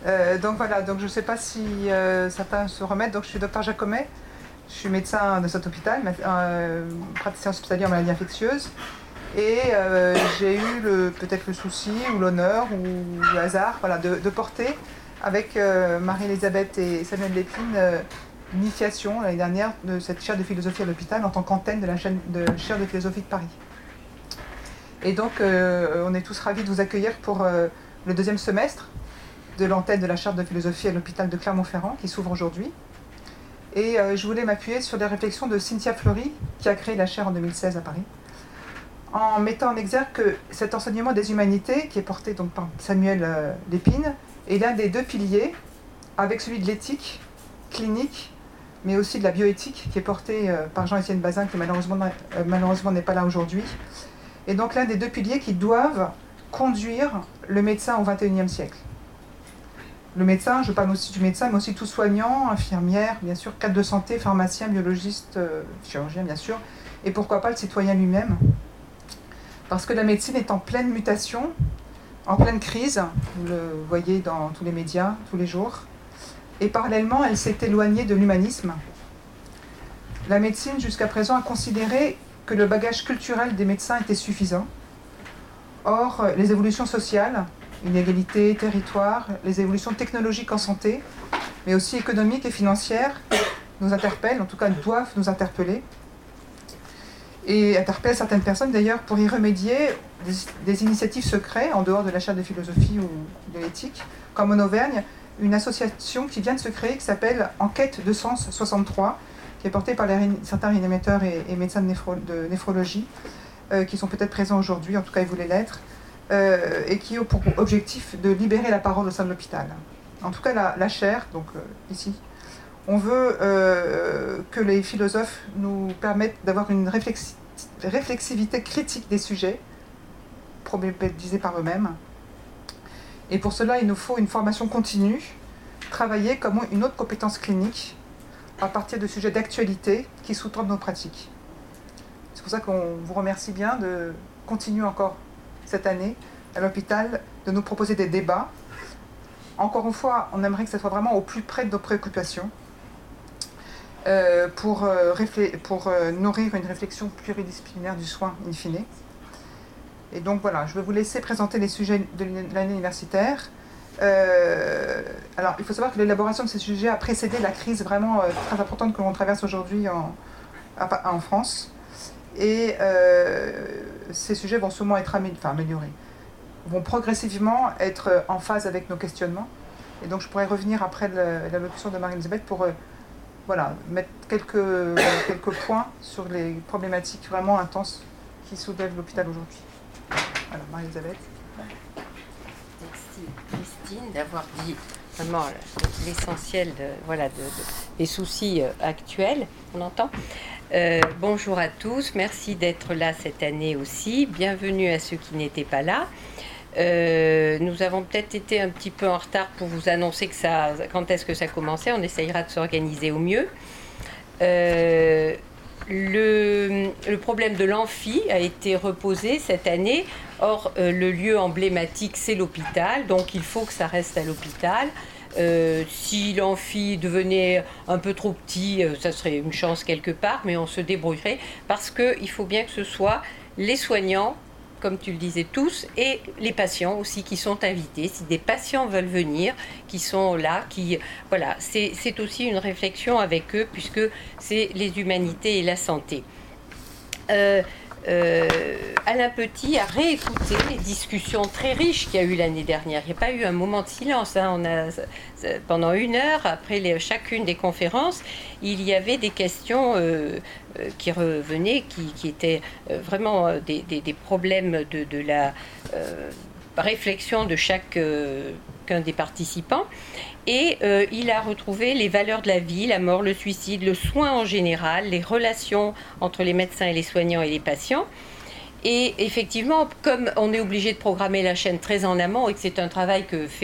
Donc voilà, donc je ne sais pas si certains se remettent. Donc je suis docteur Jacomet, je suis médecin de cet hôpital, praticien hospitalier en maladies infectieuses. Et j'ai eu peut-être le souci ou l'honneur ou le hasard voilà, de porter avec Marie-Elisabeth et Samuel Lépine l'initiation l'année dernière de cette chaire de philosophie à l'hôpital en tant qu'antenne de la chaire de philosophie de Paris. Et donc on est tous ravis de vous accueillir pour le deuxième semestre de l'antenne de la chaire de philosophie à l'hôpital de Clermont-Ferrand qui s'ouvre aujourd'hui. Et je voulais m'appuyer sur les réflexions de Cynthia Fleury qui a créé la chaire en 2016 à Paris, en mettant en exergue que cet enseignement des humanités, qui est porté donc par Samuel Lépine, est l'un des deux piliers, avec celui de l'éthique clinique, mais aussi de la bioéthique, qui est porté par Jean-Étienne Bazin, qui malheureusement n'est pas là aujourd'hui. Et donc l'un des deux piliers qui doivent conduire le médecin au XXIe siècle. Le médecin, je parle aussi du médecin, mais aussi tout soignant, infirmière, bien sûr, cadre de santé, pharmacien, biologiste, chirurgien, bien sûr, et pourquoi pas le citoyen lui-même. Parce que la médecine est en pleine mutation, en pleine crise, vous le voyez dans tous les médias, tous les jours. Et parallèlement, elle s'est éloignée de l'humanisme. La médecine, jusqu'à présent, a considéré que le bagage culturel des médecins était suffisant. Or, les évolutions sociales, inégalité, territoire, les évolutions technologiques en santé, mais aussi économiques et financières, nous interpellent, en tout cas doivent nous interpeller, et interpellent certaines personnes d'ailleurs pour y remédier des initiatives secrètes, en dehors de la chaire de philosophie ou de l'éthique, comme en Auvergne, une association qui vient de se créer qui s'appelle Enquête de Sens 63, qui est portée par certains réanimateurs et médecins de néphrologie, qui sont peut-être présents aujourd'hui, en tout cas ils voulaient l'être, et qui ont pour objectif de libérer la parole au sein de l'hôpital. En tout cas, la chaire, donc ici, on veut que les philosophes nous permettent d'avoir une réflexivité critique des sujets, problématisés par eux-mêmes. Et pour cela, il nous faut une formation continue, travailler comme une autre compétence clinique, à partir de sujets d'actualité qui sous-tendent nos pratiques. C'est pour ça qu'on vous remercie bien de continuer encore cette année à l'hôpital, de nous proposer des débats. Encore une fois, on aimerait que ça soit vraiment au plus près de nos préoccupations pour nourrir une réflexion pluridisciplinaire du soin in fine. Et donc voilà, je vais vous laisser présenter les sujets de l'année universitaire. Alors, il faut savoir que l'élaboration de ces sujets a précédé la crise vraiment très importante que l'on traverse aujourd'hui en France. Et ces sujets vont sûrement être améliorés, vont progressivement être en phase avec nos questionnements. Et donc je pourrais revenir après l'allocution de Marie-Elisabeth pour mettre quelques points sur les problématiques vraiment intenses qui soulèvent l'hôpital aujourd'hui. Alors, Marie-Elisabeth. Merci Christine d'avoir dit vraiment l'essentiel des soucis actuels. On entend ? Bonjour à tous, merci d'être là cette année aussi. Bienvenue à ceux qui n'étaient pas là. Nous avons peut-être été un petit peu en retard pour vous annoncer quand est-ce que ça commençait. On essayera de s'organiser au mieux. Le problème de l'amphi a été reposé cette année. Or, le lieu emblématique, c'est l'hôpital. Donc, il faut que ça reste à l'hôpital. Si l'amphi devenait un peu trop petit, ça serait une chance quelque part, mais on se débrouillerait parce qu'il faut bien que ce soit les soignants, comme tu le disais tous, et les patients aussi qui sont invités. Si des patients veulent venir, qui sont là, c'est aussi une réflexion avec eux puisque c'est les humanités et la santé. Alain Petit a réécouté les discussions très riches qu'il y a eu l'année dernière. Il n'y a pas eu un moment de silence. Pendant 1 heure, après chacune des conférences, il y avait des questions qui revenaient, qui étaient vraiment des problèmes de la réflexion de chacun des participants. Et il a retrouvé les valeurs de la vie, la mort, le suicide, le soin en général, les relations entre les médecins et les soignants et les patients. Et effectivement, comme on est obligé de programmer la chaîne très en amont et que c'est un travail que fait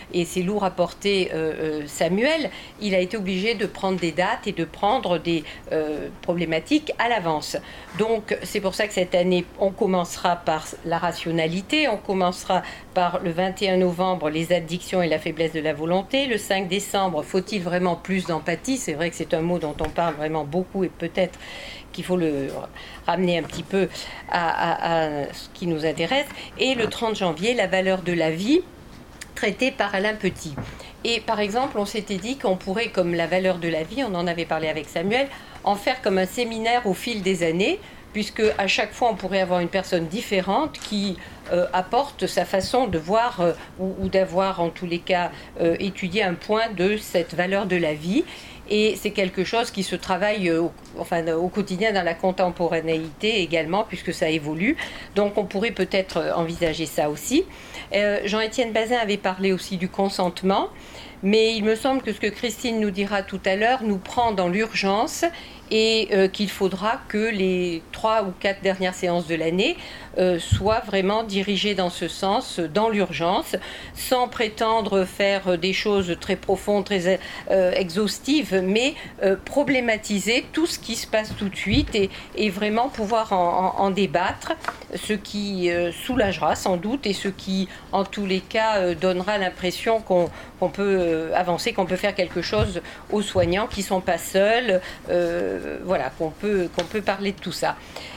et c'est lourd à porter, Samuel, il a été obligé de prendre des dates et de prendre des problématiques à l'avance. Donc c'est pour ça que cette année, on commencera par la rationalité, on commencera par le 21 novembre, les addictions et la faiblesse de la volonté. Le 5 décembre, faut-il vraiment plus d'empathie? C'est vrai que c'est un mot dont on parle vraiment beaucoup et peut-être qu'il faut le ramener un petit peu à ce qui nous intéresse. Et le 30 janvier, la valeur de la vie, traitée par Alain Petit. Et par exemple, on s'était dit qu'on pourrait, comme la valeur de la vie, on en avait parlé avec Samuel, en faire comme un séminaire au fil des années, puisque à chaque fois, on pourrait avoir une personne différente qui apporte sa façon de voir ou d'avoir, en tous les cas, étudié un point de cette valeur de la vie. Et c'est quelque chose qui se travaille au quotidien dans la contemporanéité également, puisque ça évolue. Donc on pourrait peut-être envisager ça aussi. Jean-Étienne Bazin avait parlé aussi du consentement, mais il me semble que ce que Christine nous dira tout à l'heure nous prend dans l'urgence et qu'il faudra que les 3 ou 4 dernières séances de l'année soient vraiment dirigées dans ce sens, dans l'urgence, sans prétendre faire des choses très profondes, très exhaustives, mais problématiser tout ce qui se passe tout de suite et vraiment pouvoir en débattre, ce qui soulagera sans doute et ce qui, en tous les cas, donnera l'impression qu'on peut avancer, qu'on peut faire quelque chose aux soignants qui ne sont pas seuls, voilà, qu'on peut parler de tout ça.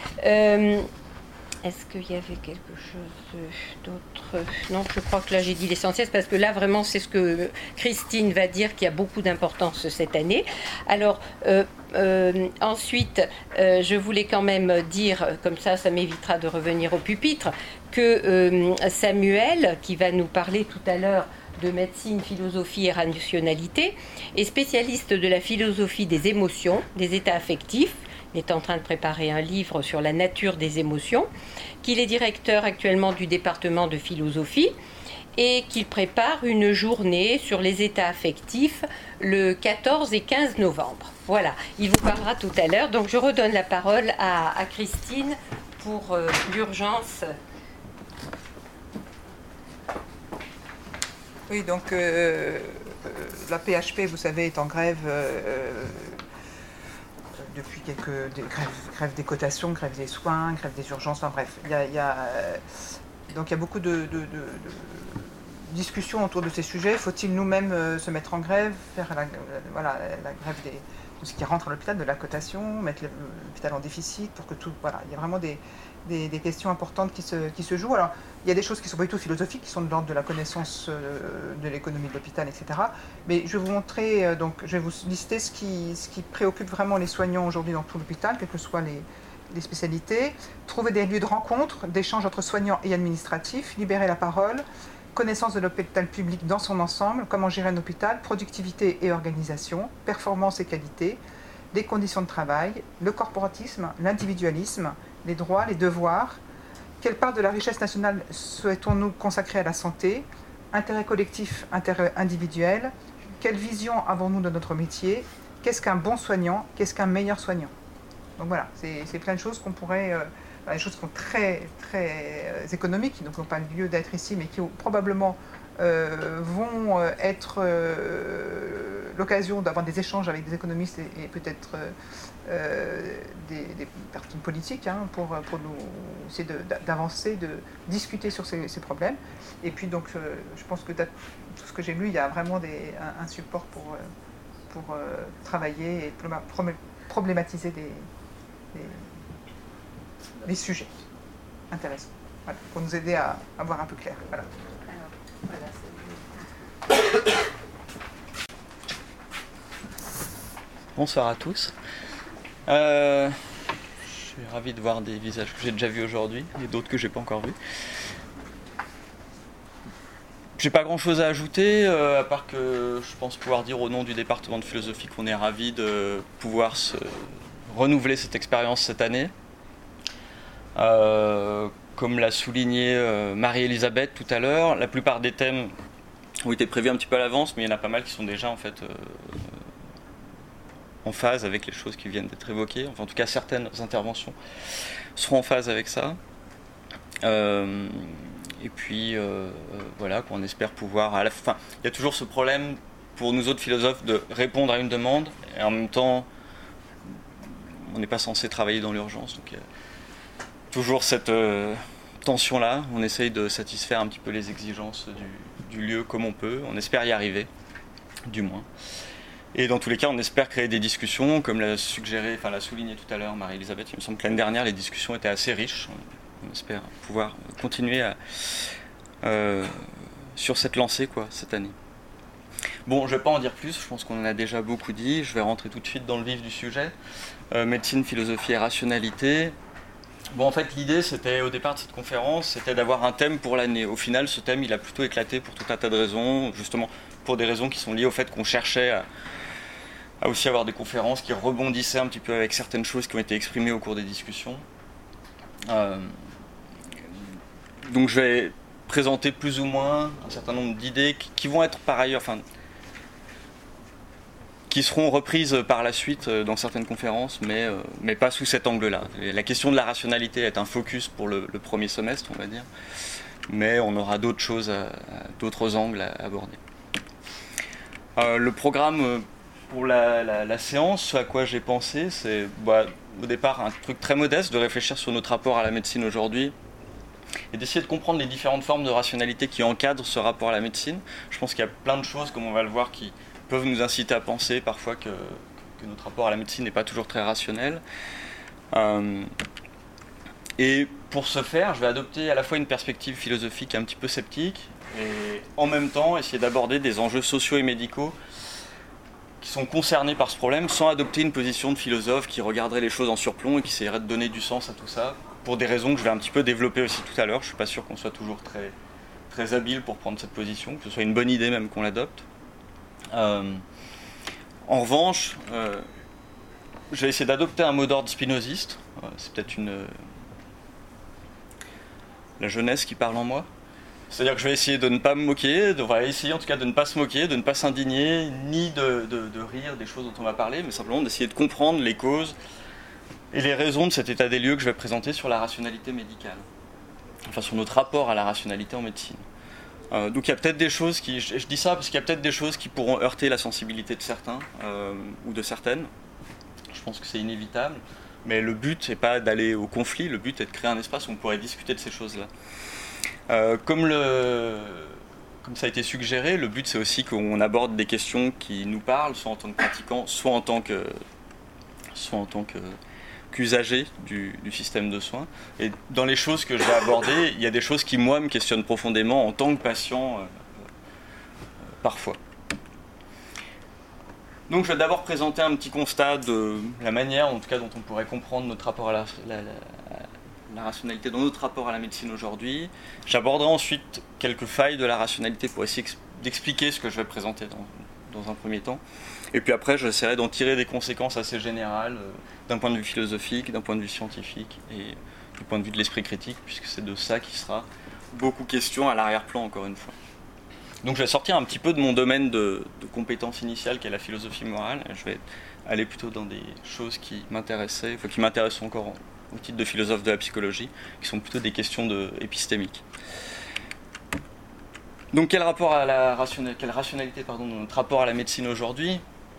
Est-ce qu'il y avait quelque chose d'autre? Non, je crois que là j'ai dit l'essentiel, parce que là vraiment c'est ce que Christine va dire qui a beaucoup d'importance cette année. Alors ensuite, je voulais quand même dire, comme ça m'évitera de revenir au pupitre, que Samuel, qui va nous parler tout à l'heure de médecine, philosophie et rationalité, est spécialiste de la philosophie des émotions, des états affectifs. Il est en train de préparer un livre sur la nature des émotions, qu'il est directeur actuellement du département de philosophie et qu'il prépare une journée sur les états affectifs le 14 et 15 novembre. Voilà, il vous parlera tout à l'heure. Donc je redonne la parole à Christine pour l'urgence. Oui, donc la PHP, vous savez, est en grève depuis grève des cotations, grève des soins, grève des urgences, enfin bref. Donc il y a beaucoup de discussions autour de ces sujets. Faut-il nous-mêmes se mettre en grève, faire la grève de ce qui rentre à l'hôpital, de la cotation, mettre l'hôpital en déficit pour que tout... Voilà, il y a vraiment des questions importantes qui se jouent. Alors, il y a des choses qui sont pas du tout philosophiques, qui sont de l'ordre de la connaissance de l'économie de l'hôpital, etc. Mais je vais vous montrer, je vais vous lister ce qui préoccupe vraiment les soignants aujourd'hui dans tout l'hôpital, quelles que soient les spécialités. Trouver des lieux de rencontre, d'échange entre soignants et administratifs, libérer la parole, connaissance de l'hôpital public dans son ensemble, comment gérer un hôpital, productivité et organisation, performance et qualité, les conditions de travail, le corporatisme, l'individualisme, les droits, les devoirs, quelle part de la richesse nationale souhaitons-nous consacrer à la santé, intérêt collectif, intérêt individuel, quelle vision avons-nous de notre métier, qu'est-ce qu'un bon soignant, qu'est-ce qu'un meilleur soignant. Donc voilà, c'est plein de choses qu'on pourrait... des choses qui sont très, très économiques, qui n'ont pas lieu d'être ici, mais qui probablement vont être l'occasion d'avoir des échanges avec des économistes et peut-être des personnes politiques pour nous essayer d'avancer, de discuter sur ces problèmes. Et puis donc, je pense que tout ce que j'ai lu, il y a vraiment un support pour travailler et problématiser les sujets intéressants, voilà, pour nous aider à voir un peu clair. Voilà. Bonsoir à tous. Je suis ravi de voir des visages que j'ai déjà vus aujourd'hui et d'autres que j'ai pas encore vus. J'ai pas grand chose à ajouter, à part que je pense pouvoir dire au nom du département de philosophie qu'on est ravi de pouvoir se renouveler cette expérience cette année. Comme l'a souligné Marie-Elisabeth tout à l'heure, la plupart des thèmes ont été prévus un petit peu à l'avance, mais il y en a pas mal qui sont déjà en fait en phase avec les choses qui viennent d'être évoquées. Enfin, en tout cas, certaines interventions seront en phase avec ça. Et puis voilà, qu'on espère pouvoir à la fin. Il y a toujours ce problème pour nous autres philosophes de répondre à une demande et en même temps on n'est pas censé travailler dans l'urgence, donc il y a toujours cette tension-là. On essaye de satisfaire un petit peu les exigences du lieu comme on peut. On espère y arriver, du moins. Et dans tous les cas, on espère créer des discussions, comme l'a souligné tout à l'heure Marie-Elisabeth. Il me semble que l'année dernière, les discussions étaient assez riches. On espère pouvoir continuer sur cette lancée cette année. Bon, je ne vais pas en dire plus, je pense qu'on en a déjà beaucoup dit. Je vais rentrer tout de suite dans le vif du sujet. Médecine, philosophie et rationalité. Bon, en fait, l'idée, c'était, au départ de cette conférence, c'était d'avoir un thème pour l'année. Au final, ce thème, il a plutôt éclaté pour tout un tas de raisons, justement pour des raisons qui sont liées au fait qu'on cherchait à aussi avoir des conférences qui rebondissaient un petit peu avec certaines choses qui ont été exprimées au cours des discussions. Donc je vais présenter plus ou moins un certain nombre d'idées qui vont être par ailleurs, qui seront reprises par la suite dans certaines conférences, mais pas sous cet angle-là. La question de la rationalité est un focus pour le premier semestre, on va dire, mais on aura d'autres choses, d'autres angles à aborder. Le programme pour la séance, ce à quoi j'ai pensé, c'est au départ un truc très modeste, de réfléchir sur notre rapport à la médecine aujourd'hui et d'essayer de comprendre les différentes formes de rationalité qui encadrent ce rapport à la médecine. Je pense qu'il y a plein de choses, comme on va le voir, qui peuvent nous inciter à penser parfois que notre rapport à la médecine n'est pas toujours très rationnel. Et pour ce faire, je vais adopter à la fois une perspective philosophique un petit peu sceptique et en même temps essayer d'aborder des enjeux sociaux et médicaux qui sont concernés par ce problème sans adopter une position de philosophe qui regarderait les choses en surplomb et qui essaierait de donner du sens à tout ça, pour des raisons que je vais un petit peu développer aussi tout à l'heure. Je ne suis pas sûr qu'on soit toujours très, très habile pour prendre cette position, que ce soit une bonne idée même qu'on l'adopte. En revanche, je vais essayer d'adopter un mot d'ordre spinoziste. C'est peut-être la jeunesse qui parle en moi. C'est-à-dire que je vais essayer de ne pas me moquer, essayer en tout cas de ne pas se moquer, de ne pas s'indigner, ni de rire des choses dont on va parler, mais simplement d'essayer de comprendre les causes et les raisons de cet état des lieux que je vais présenter sur la rationalité médicale. Enfin, sur notre rapport à la rationalité en médecine. Donc il y a peut-être des choses qui... Je dis ça parce qu'il y a peut-être des choses qui pourront heurter la sensibilité de certains ou de certaines. Je pense que c'est inévitable. Mais le but n'est pas d'aller au conflit, le but est de créer un espace où on pourrait discuter de ces choses-là. Comme ça a été suggéré, le but c'est aussi qu'on aborde des questions qui nous parlent, soit en tant que pratiquants, soit en tant qu'usagers du système de soins. Et dans les choses que je vais aborder, il y a des choses qui, moi, me questionnent profondément en tant que patient, parfois. Donc je vais d'abord présenter un petit constat de la manière, en tout cas, dont on pourrait comprendre notre rapport à la rationalité dans notre rapport à la médecine aujourd'hui. J'aborderai ensuite quelques failles de la rationalité pour essayer d'expliquer ce que je vais présenter dans un premier temps. Et puis après, j'essaierai d'en tirer des conséquences assez générales d'un point de vue philosophique, d'un point de vue scientifique et du point de vue de l'esprit critique, puisque c'est de ça qui sera beaucoup question à l'arrière-plan, encore une fois. Donc je vais sortir un petit peu de mon domaine de compétence initiale qui est la philosophie morale. Et je vais aller plutôt dans des choses qui m'intéressaient, qui m'intéressent encore au titre de philosophe de la psychologie, qui sont plutôt des questions épistémiques. Donc quelle rationalité dans notre rapport à la médecine aujourd'hui ?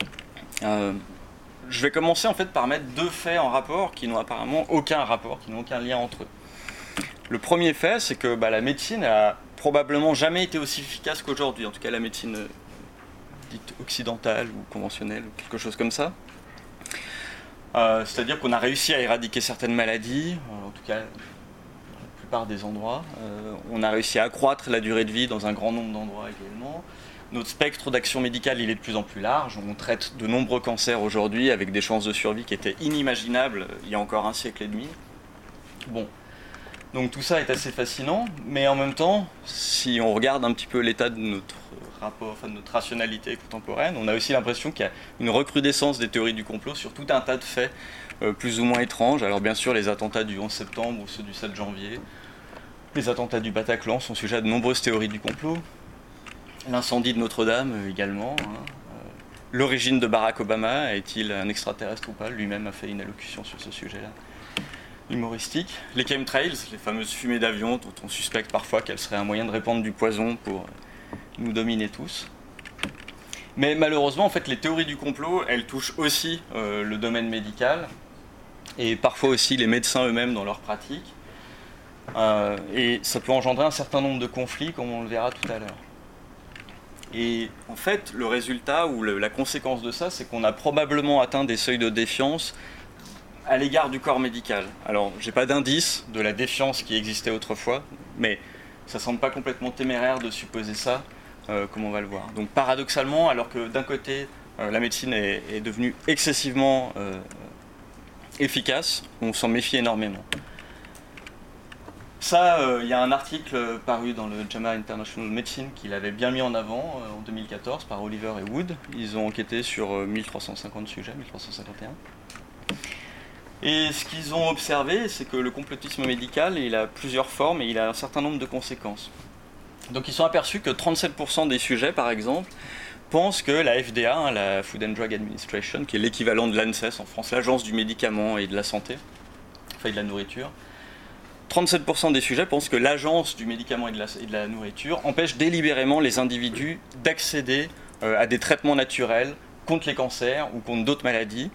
Je vais commencer en fait par mettre deux faits en rapport qui n'ont apparemment aucun rapport, qui n'ont aucun lien entre eux. Le premier fait, c'est que la médecine a probablement jamais été aussi efficace qu'aujourd'hui, en tout cas la médecine dite occidentale ou conventionnelle, ou quelque chose comme ça. C'est-à-dire qu'on a réussi à éradiquer certaines maladies, en tout cas dans la plupart des endroits. On a réussi à accroître la durée de vie dans un grand nombre d'endroits également. Notre spectre d'action médicale, il est de plus en plus large. On traite de nombreux cancers aujourd'hui avec des chances de survie qui étaient inimaginables il y a encore un siècle et demi. Bon, donc tout ça est assez fascinant, mais en même temps, si on regarde un petit peu l'état de notre rapport, de notre rationalité contemporaine, on a aussi l'impression qu'il y a une recrudescence des théories du complot sur tout un tas de faits plus ou moins étranges. Alors bien sûr, les attentats du 11 septembre ou ceux du 7 janvier, les attentats du Bataclan sont sujets à de nombreuses théories du complot. L'incendie de Notre-Dame également. L'origine de Barack Obama, est-il un extraterrestre ou pas ? Lui-même a fait une allocution sur ce sujet-là. humoristique. Les chemtrails, les fameuses fumées d'avion dont on suspecte parfois qu'elles seraient un moyen de répandre du poison pour nous dominer tous. Mais malheureusement, en fait, les théories du complot, elles touchent aussi le domaine médical et parfois aussi les médecins eux-mêmes dans leur pratique. Et ça peut engendrer un certain nombre de conflits, comme on le verra tout à l'heure. Et en fait, le résultat ou la conséquence de ça, c'est qu'on a probablement atteint des seuils de défiance à l'égard du corps médical. Alors, j'ai pas d'indice de la défiance qui existait autrefois, mais ça semble pas complètement téméraire de supposer ça, comme on va le voir. Donc, paradoxalement, alors que d'un côté, la médecine est devenue excessivement efficace, on s'en méfie énormément. Ça, il y a un article paru dans le JAMA International Medicine qui l'avait bien mis en avant en 2014 par Oliver et Wood. Ils ont enquêté sur 1350 sujets, 1351. Et ce qu'ils ont observé, c'est que le complotisme médical, il a plusieurs formes et il a un certain nombre de conséquences. Donc ils sont aperçus que 37% des sujets, par exemple, pensent que la FDA, la Food and Drug Administration, qui est l'équivalent de l'ANSES en France, l'Agence du médicament et de la santé, enfin de la nourriture, 37% des sujets pensent que l'agence du médicament et de la nourriture empêche délibérément les individus d'accéder à des traitements naturels contre les cancers ou contre d'autres maladies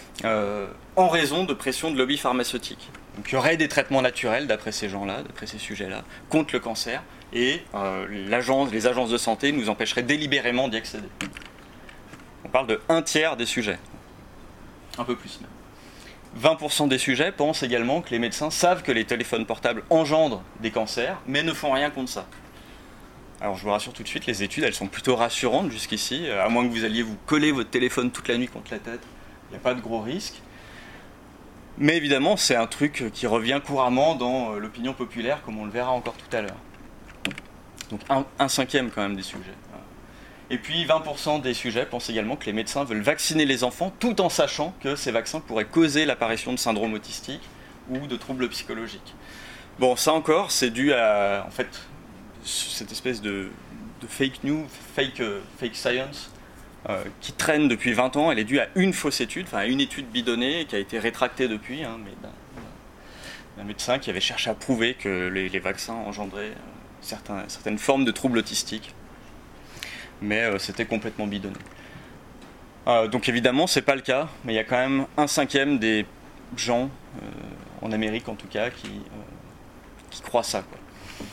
en raison de pression de lobbies pharmaceutiques. Donc il y aurait des traitements naturels, d'après ces gens-là, d'après ces sujets-là, contre le cancer, et les agences de santé nous empêcheraient délibérément d'y accéder. On parle de 1/3 des sujets, un peu plus même. 20% des sujets pensent également que les médecins savent que les téléphones portables engendrent des cancers, mais ne font rien contre ça. Alors je vous rassure tout de suite, les études, elles sont plutôt rassurantes jusqu'ici, à moins que vous alliez vous coller votre téléphone toute la nuit contre la tête, il n'y a pas de gros risques. Mais évidemment, c'est un truc qui revient couramment dans l'opinion populaire, comme on le verra encore tout à l'heure. Donc un cinquième quand même des sujets. Et puis 20% des sujets pensent également que les médecins veulent vacciner les enfants tout en sachant que ces vaccins pourraient causer l'apparition de syndrome autistique ou de troubles psychologiques. Bon, ça encore, c'est dû à en fait, cette espèce de fake news, fake science qui traîne depuis 20 ans. Elle est due à une fausse étude, enfin à une étude bidonnée qui a été rétractée depuis, mais d'un médecin qui avait cherché à prouver que les vaccins engendraient certaines formes de troubles autistiques. Mais c'était complètement bidonné. Donc évidemment, c'est pas le cas, mais il y a quand même 1/5 des gens, en Amérique en tout cas, qui croient ça, quoi.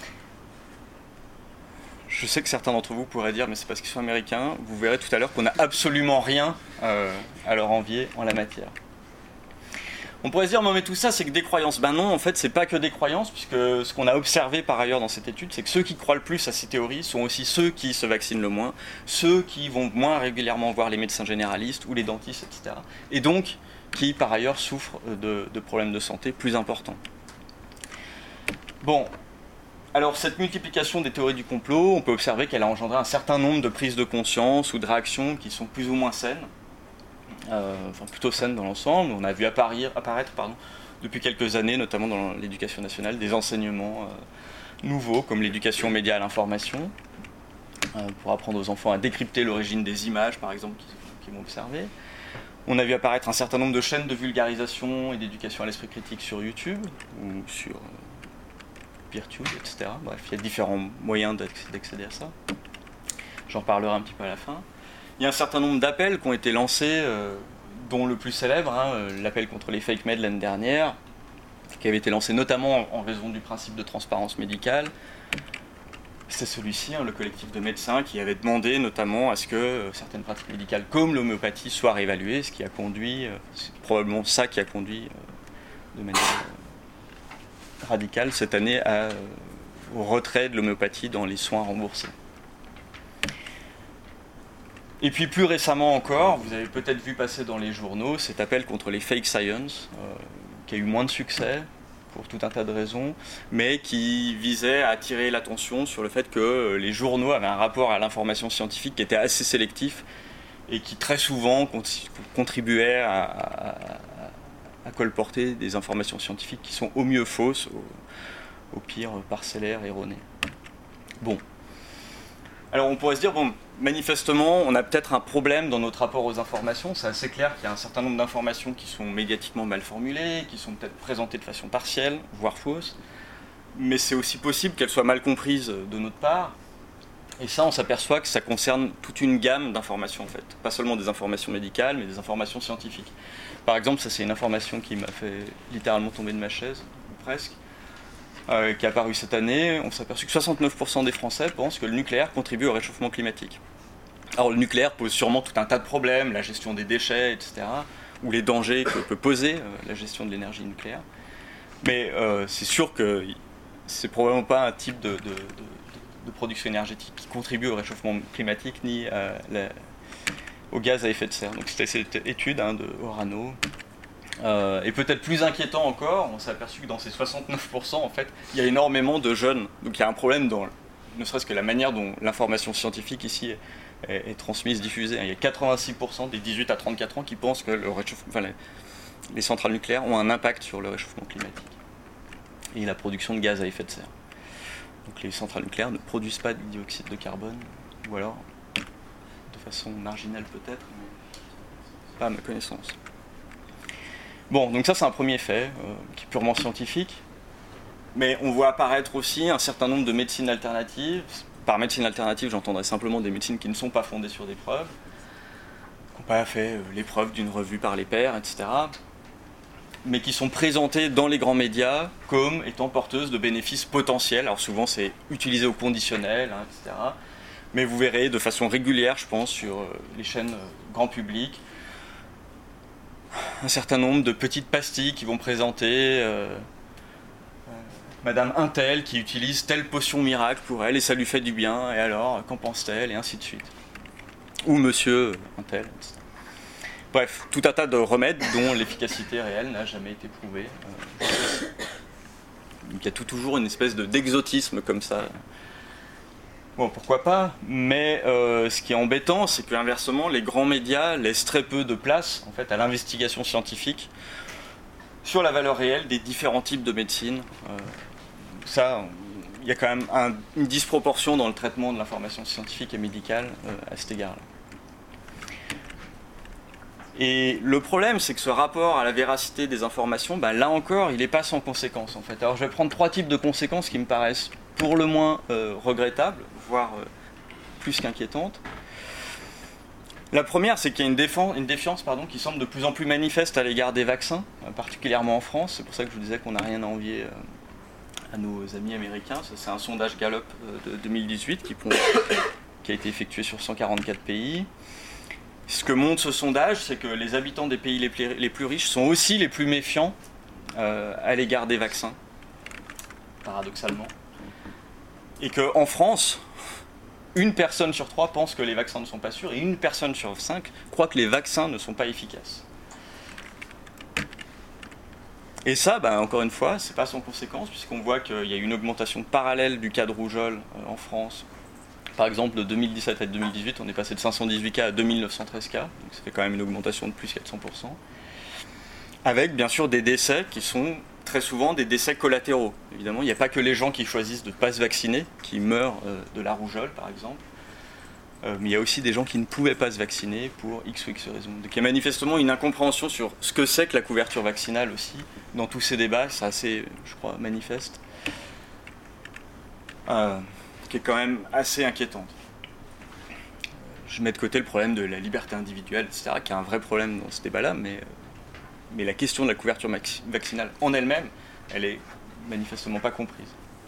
Je sais que certains d'entre vous pourraient dire, mais c'est parce qu'ils sont américains. Vous verrez tout à l'heure qu'on n'a absolument rien à leur envier en la matière. On pourrait se dire, mais tout ça, c'est que des croyances. Ben non, en fait, c'est pas que des croyances, puisque ce qu'on a observé par ailleurs dans cette étude, c'est que ceux qui croient le plus à ces théories sont aussi ceux qui se vaccinent le moins, ceux qui vont moins régulièrement voir les médecins généralistes ou les dentistes, etc. Et donc, qui par ailleurs souffrent de problèmes de santé plus importants. Bon, alors cette multiplication des théories du complot, on peut observer qu'elle a engendré un certain nombre de prises de conscience ou de réactions qui sont plus ou moins saines. Enfin plutôt saines dans l'ensemble. On a vu apparaître depuis quelques années, notamment dans l'éducation nationale, des enseignements nouveaux, comme l'éducation aux médias à l'information, pour apprendre aux enfants à décrypter l'origine des images, par exemple, qu'ils vont observer. On a vu apparaître un certain nombre de chaînes de vulgarisation et d'éducation à l'esprit critique sur YouTube, ou sur Peertube, etc. Bref, il y a différents moyens d'accéder à ça. J'en parlerai un petit peu à la fin. Il y a un certain nombre d'appels qui ont été lancés, dont le plus célèbre, l'appel contre les fake med l'année dernière, qui avait été lancé notamment en raison du principe de transparence médicale. C'est celui-ci, le collectif de médecins, qui avait demandé notamment à ce que certaines pratiques médicales comme l'homéopathie soient réévaluées, ce qui a conduit, c'est probablement ça qui a conduit de manière radicale cette année au retrait de l'homéopathie dans les soins remboursés. Et puis plus récemment encore, vous avez peut-être vu passer dans les journaux cet appel contre les fake science, qui a eu moins de succès pour tout un tas de raisons, mais qui visait à attirer l'attention sur le fait que les journaux avaient un rapport à l'information scientifique qui était assez sélectif et qui très souvent contribuait à colporter des informations scientifiques qui sont au mieux fausses, au pire parcellaires, erronées. Bon. Alors on pourrait se dire, bon, manifestement, on a peut-être un problème dans notre rapport aux informations. C'est assez clair qu'il y a un certain nombre d'informations qui sont médiatiquement mal formulées, qui sont peut-être présentées de façon partielle, voire fausse. Mais c'est aussi possible qu'elles soient mal comprises de notre part. Et ça, on s'aperçoit que ça concerne toute une gamme d'informations, en fait. Pas seulement des informations médicales, mais des informations scientifiques. Par exemple, ça c'est une information qui m'a fait littéralement tomber de ma chaise, ou presque, qui est apparue cette année. On s'est aperçu que 69% des Français pensent que le nucléaire contribue au réchauffement climatique. Alors le nucléaire pose sûrement tout un tas de problèmes, la gestion des déchets, etc., ou les dangers que peut poser la gestion de l'énergie nucléaire. Mais c'est sûr que c'est probablement pas un type de production énergétique qui contribue au réchauffement climatique ni aux gaz à effet de serre. Donc c'était cette étude de Orano. Et peut-être plus inquiétant encore, on s'est aperçu que dans ces 69%, en fait, il y a énormément de jeunes. Donc il y a un problème dans, ne serait-ce que la manière dont l'information scientifique ici est transmise, diffusée. Il y a 86% des 18 à 34 ans qui pensent que les centrales nucléaires ont un impact sur le réchauffement climatique et la production de gaz à effet de serre. Donc les centrales nucléaires ne produisent pas de dioxyde de carbone, ou alors de façon marginale peut-être, mais pas à ma connaissance. Bon, donc ça c'est un premier fait, qui est purement scientifique, mais on voit apparaître aussi un certain nombre de médecines alternatives. Par médecine alternative, j'entendrais simplement des médecines qui ne sont pas fondées sur des preuves, qui n'ont pas fait les preuves d'une revue par les pairs, etc., mais qui sont présentées dans les grands médias comme étant porteuses de bénéfices potentiels. Alors souvent c'est utilisé au conditionnel, etc. Mais vous verrez de façon régulière, je pense, sur les chaînes grand public, un certain nombre de petites pastilles qui vont présenter Madame Untel qui utilise telle potion miracle pour elle et ça lui fait du bien, et alors qu'en pense-t-elle, et ainsi de suite. Ou Monsieur Untel, etc. Bref, tout un tas de remèdes dont l'efficacité réelle n'a jamais été prouvée. Il y a toujours une espèce d'exotisme comme ça. Bon, pourquoi pas, mais ce qui est embêtant, c'est qu'inversement, les grands médias laissent très peu de place en fait, à l'investigation scientifique sur la valeur réelle des différents types de médecine. Il y a quand même une disproportion dans le traitement de l'information scientifique et médicale à cet égard-là. Et le problème, c'est que ce rapport à la véracité des informations, là encore, il n'est pas sans conséquences en fait. Alors je vais prendre 3 types de conséquences qui me paraissent pour le moins regrettables, voire plus qu'inquiétantes. La première, c'est qu'il y a une défiance qui semble de plus en plus manifeste à l'égard des vaccins, particulièrement en France. C'est pour ça que je vous disais qu'on n'a rien à envier à nos amis américains. Ça, c'est un sondage Gallup de 2018 qui a été effectué sur 144 pays. Ce que montre ce sondage, c'est que les habitants des pays les plus riches sont aussi les plus méfiants à l'égard des vaccins, paradoxalement. Et qu'en France, 1 personne sur 3 pense que les vaccins ne sont pas sûrs, et 1 personne sur 5 croit que les vaccins ne sont pas efficaces. Et ça, encore une fois, c'est pas sans conséquence, puisqu'on voit qu'il y a une augmentation parallèle du cas de rougeole en France. Par exemple, de 2017 à 2018, on est passé de 518 cas à 2913 cas, donc ça fait quand même une augmentation de plus 400%. Avec bien sûr des décès qui sont très souvent des décès collatéraux. Évidemment, il n'y a pas que les gens qui choisissent de ne pas se vacciner, qui meurent de la rougeole par exemple, mais il y a aussi des gens qui ne pouvaient pas se vacciner pour X ou X raison. Donc il y a manifestement une incompréhension sur ce que c'est que la couverture vaccinale aussi. Dans tous ces débats, c'est assez, je crois, manifeste. Qui est quand même assez inquiétante. Je mets de côté le problème de la liberté individuelle, etc., qui est un vrai problème dans ce débat-là, mais la question de la couverture vaccinale en elle-même, elle est manifestement pas comprise.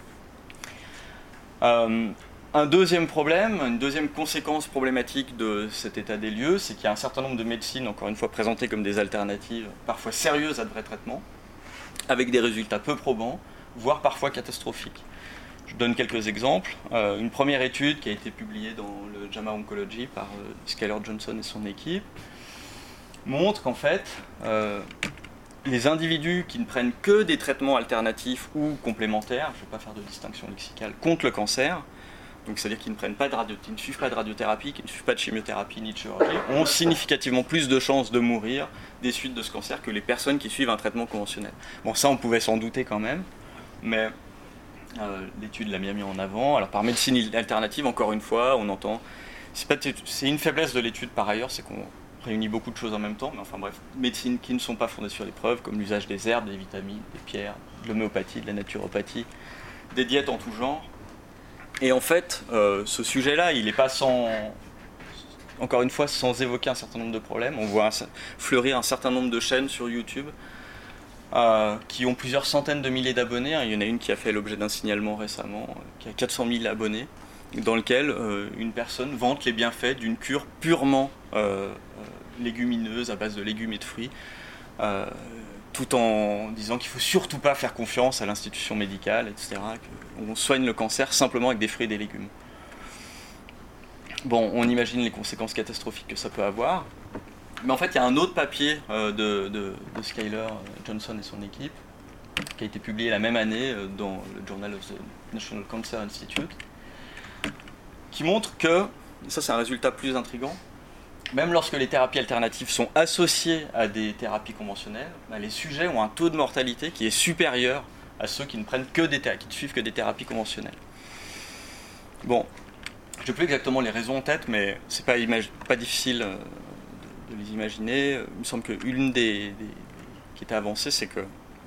Un deuxième problème, une deuxième conséquence problématique de cet état des lieux, c'est qu'il y a un certain nombre de médecines, encore une fois présentées comme des alternatives, parfois sérieuses à de vrais traitements, avec des résultats peu probants, voire parfois catastrophiques. Je donne quelques exemples. Une première étude qui a été publiée dans le JAMA Oncology par Skyler Johnson et son équipe montre qu'en fait, les individus qui ne prennent que des traitements alternatifs ou complémentaires, je ne vais pas faire de distinction lexicale, contre le cancer, donc c'est-à-dire qu'ils ne prennent pas qui ne suivent pas de radiothérapie, qui ne suivent pas de chimiothérapie ni de chirurgie, ont significativement plus de chances de mourir des suites de ce cancer que les personnes qui suivent un traitement conventionnel. Bon, ça on pouvait s'en douter quand même, mais l'étude l'a bien mis en avant. Alors par médecine alternative, encore une fois, on entend C'est une faiblesse de l'étude par ailleurs, c'est qu'on réunit beaucoup de choses en même temps, mais enfin bref, médecines qui ne sont pas fondées sur les preuves, comme l'usage des herbes, des vitamines, des pierres, de l'homéopathie, de la naturopathie, des diètes en tout genre. Et en fait, ce sujet-là, il n'est pas encore une fois, sans évoquer un certain nombre de problèmes. On voit fleurir un certain nombre de chaînes sur YouTube qui ont plusieurs centaines de milliers d'abonnés. Il y en a une qui a fait l'objet d'un signalement récemment, qui a 400 000 abonnés, dans lequel une personne vante les bienfaits d'une cure purement légumineuse, à base de légumes et de fruits, tout en disant qu'il ne faut surtout pas faire confiance à l'institution médicale, etc., qu'on soigne le cancer simplement avec des fruits et des légumes. Bon, on imagine les conséquences catastrophiques que ça peut avoir, mais en fait, il y a un autre papier de Skyler Johnson et son équipe, qui a été publié la même année dans le Journal of the National Cancer Institute, qui montre que, et ça c'est un résultat plus intriguant, même lorsque les thérapies alternatives sont associées à des thérapies conventionnelles, les sujets ont un taux de mortalité qui est supérieur à ceux qui ne suivent que des thérapies conventionnelles. Bon, je n'ai plus exactement les raisons en tête, mais c'est pas difficile de les imaginer. Il me semble qu'une des qui était avancée, c'est que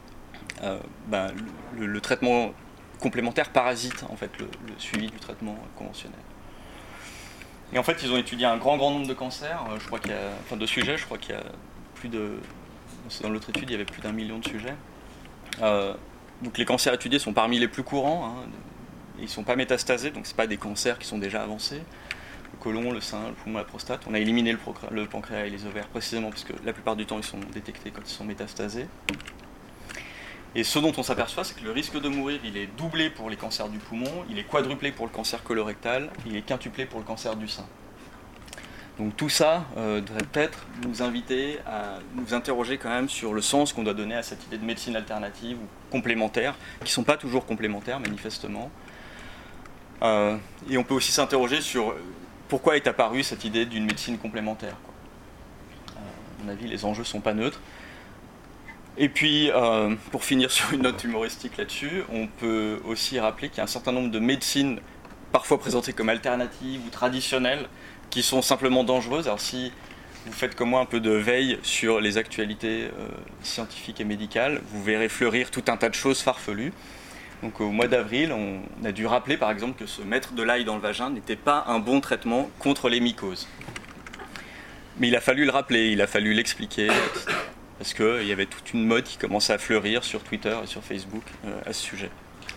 le traitement complémentaire parasite en fait le suivi du traitement conventionnel. Et en fait, ils ont étudié un grand nombre de cancers. Je crois qu'il y a, de sujets. Je crois qu'il y a plus de. Dans l'autre étude, il y avait plus d'1 million de sujets. Donc les cancers étudiés sont parmi les plus courants. Ils ne sont pas métastasés, donc ce pas des cancers qui sont déjà avancés. Le côlon, le sein, le poumon, la prostate. On a éliminé le pancréas et les ovaires précisément parce que la plupart du temps, ils sont détectés quand ils sont métastasés. Et ce dont on s'aperçoit, c'est que le risque de mourir, il est doublé pour les cancers du poumon, il est quadruplé pour le cancer colorectal, il est quintuplé pour le cancer du sein. Donc tout ça devrait peut-être nous inviter à nous interroger quand même sur le sens qu'on doit donner à cette idée de médecine alternative ou complémentaire, qui ne sont pas toujours complémentaires manifestement. Et on peut aussi s'interroger sur pourquoi est apparue cette idée d'une médecine complémentaire. À mon avis, les enjeux ne sont pas neutres. Et puis, pour finir sur une note humoristique là-dessus, on peut aussi rappeler qu'il y a un certain nombre de médecines, parfois présentées comme alternatives ou traditionnelles, qui sont simplement dangereuses. Alors si vous faites comme moi un peu de veille sur les actualités scientifiques et médicales, vous verrez fleurir tout un tas de choses farfelues. Donc au mois d'avril, on a dû rappeler par exemple que se mettre de l'ail dans le vagin n'était pas un bon traitement contre les mycoses. Mais il a fallu le rappeler, il a fallu l'expliquer, etc. Parce qu'il y avait toute une mode qui commençait à fleurir sur Twitter et sur Facebook à ce sujet.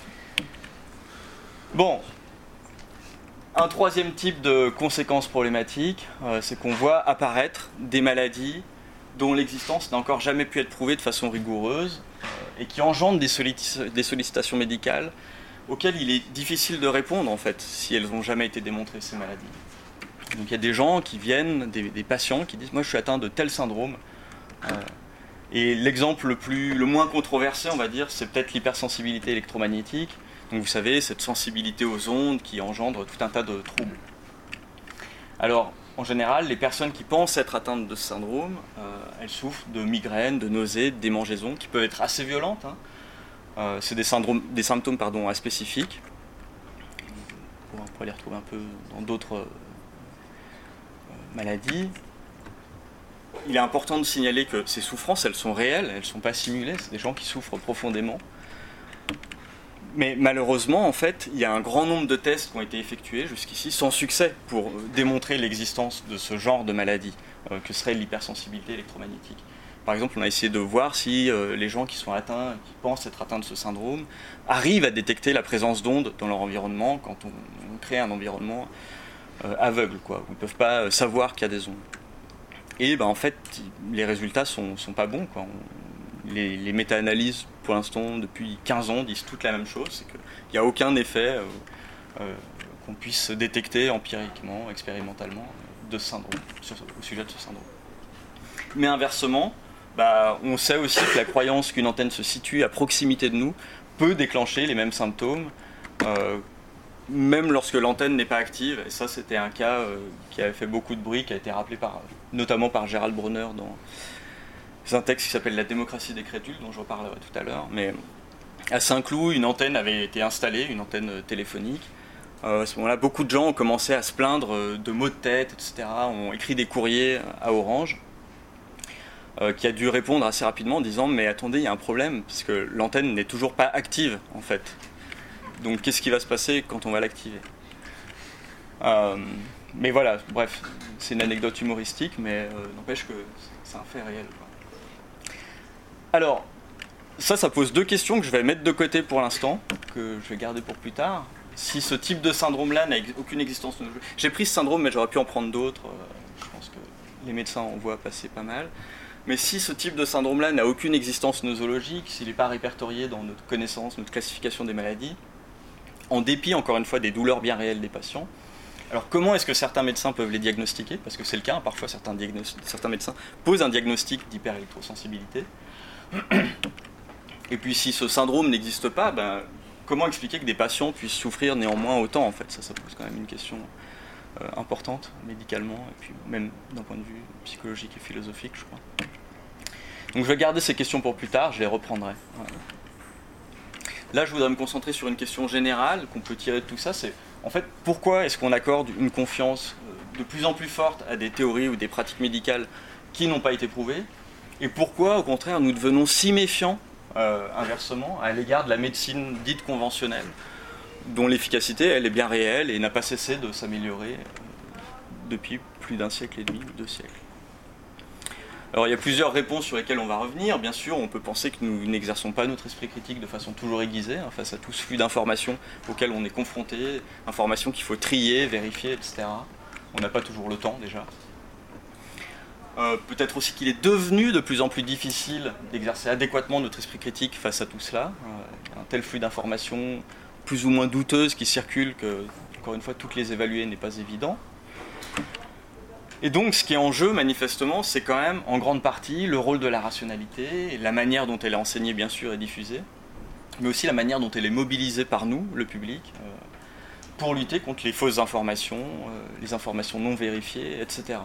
Bon, un troisième type de conséquences problématiques, c'est qu'on voit apparaître des maladies dont l'existence n'a encore jamais pu être prouvée de façon rigoureuse et qui engendrent des sollicitations médicales auxquelles il est difficile de répondre en fait, si elles n'ont jamais été démontrées, ces maladies. Donc il y a des gens qui viennent, des patients qui disent « moi je suis atteint de tel syndrome ». Et l'exemple le moins controversé, on va dire, c'est peut-être l'hypersensibilité électromagnétique. Donc vous savez, cette sensibilité aux ondes qui engendre tout un tas de troubles. Alors, en général, les personnes qui pensent être atteintes de ce syndrome, elles souffrent de migraines, de nausées, de démangeaisons, qui peuvent être assez violentes. C'est des symptômes aspécifiques. On pourrait les retrouver un peu dans d'autres maladies. Il est important de signaler que ces souffrances, elles sont réelles, elles ne sont pas simulées, c'est des gens qui souffrent profondément. Mais malheureusement, en fait, il y a un grand nombre de tests qui ont été effectués jusqu'ici sans succès pour démontrer l'existence de ce genre de maladie, que serait l'hypersensibilité électromagnétique. Par exemple, on a essayé de voir si les gens qui sont atteints, qui pensent être atteints de ce syndrome, arrivent à détecter la présence d'ondes dans leur environnement quand on crée un environnement aveugle, où ils ne peuvent pas savoir qu'il y a des ondes. Et en fait, les résultats sont pas bons. Les méta-analyses, pour l'instant, depuis 15 ans, disent toutes la même chose, c'est qu'il n'y a aucun effet qu'on puisse détecter empiriquement, expérimentalement, de ce syndrome, au sujet de ce syndrome. Mais inversement, on sait aussi que la croyance qu'une antenne se situe à proximité de nous peut déclencher les mêmes symptômes, même lorsque l'antenne n'est pas active. Et ça, c'était un cas qui avait fait beaucoup de bruit, qui a été rappelé notamment par Gérald Bronner dans un texte qui s'appelle « La démocratie des crédules », dont je reparlerai tout à l'heure. Mais à Saint-Cloud, une antenne avait été installée, une antenne téléphonique, À ce moment-là, beaucoup de gens ont commencé à se plaindre de maux de tête, etc. Ont écrit des courriers à Orange, qui a dû répondre assez rapidement en disant « Mais attendez, il y a un problème, parce que l'antenne n'est toujours pas active, en fait. Donc qu'est-ce qui va se passer quand on va l'activer ?» Mais voilà, bref, c'est une anecdote humoristique, mais n'empêche que c'est un fait réel, quoi. Alors, ça pose deux questions que je vais mettre de côté pour l'instant, que je vais garder pour plus tard. Si ce type de syndrome-là n'a aucune existence... J'ai pris ce syndrome, mais j'aurais pu en prendre d'autres. Je pense que les médecins en voient passer pas mal. Mais si ce type de syndrome-là n'a aucune existence nosologique, s'il n'est pas répertorié dans notre connaissance, notre classification des maladies, en dépit, encore une fois, des douleurs bien réelles des patients, alors comment est-ce que certains médecins peuvent les diagnostiquer? Parce que c'est le cas, hein, parfois certains médecins posent un diagnostic d'hyperélectrosensibilité. Et puis si ce syndrome n'existe pas, comment expliquer que des patients puissent souffrir néanmoins autant en fait? Ça pose quand même une question importante médicalement, et puis même d'un point de vue psychologique et philosophique, je crois. Donc je vais garder ces questions pour plus tard, je les reprendrai. Voilà. Là, je voudrais me concentrer sur une question générale qu'on peut tirer de tout ça, c'est en fait pourquoi est-ce qu'on accorde une confiance de plus en plus forte à des théories ou des pratiques médicales qui n'ont pas été prouvées, et pourquoi au contraire nous devenons si méfiants inversement à l'égard de la médecine dite conventionnelle, dont l'efficacité elle est bien réelle et n'a pas cessé de s'améliorer depuis plus d'un siècle et demi ou 2 siècles. Alors il y a plusieurs réponses sur lesquelles on va revenir. Bien sûr, on peut penser que nous n'exerçons pas notre esprit critique de façon toujours aiguisée, hein, face à tout ce flux d'informations auxquelles on est confronté, informations qu'il faut trier, vérifier, etc. On n'a pas toujours le temps déjà. Peut-être aussi qu'il est devenu de plus en plus difficile d'exercer adéquatement notre esprit critique face à tout cela. Il y a un tel flux d'informations plus ou moins douteuses qui circulent que, encore une fois, toutes les évaluer n'est pas évident. Et donc, ce qui est en jeu, manifestement, c'est quand même, en grande partie, le rôle de la rationalité, et la manière dont elle est enseignée, bien sûr, et diffusée, mais aussi la manière dont elle est mobilisée par nous, le public, pour lutter contre les fausses informations, les informations non vérifiées, etc.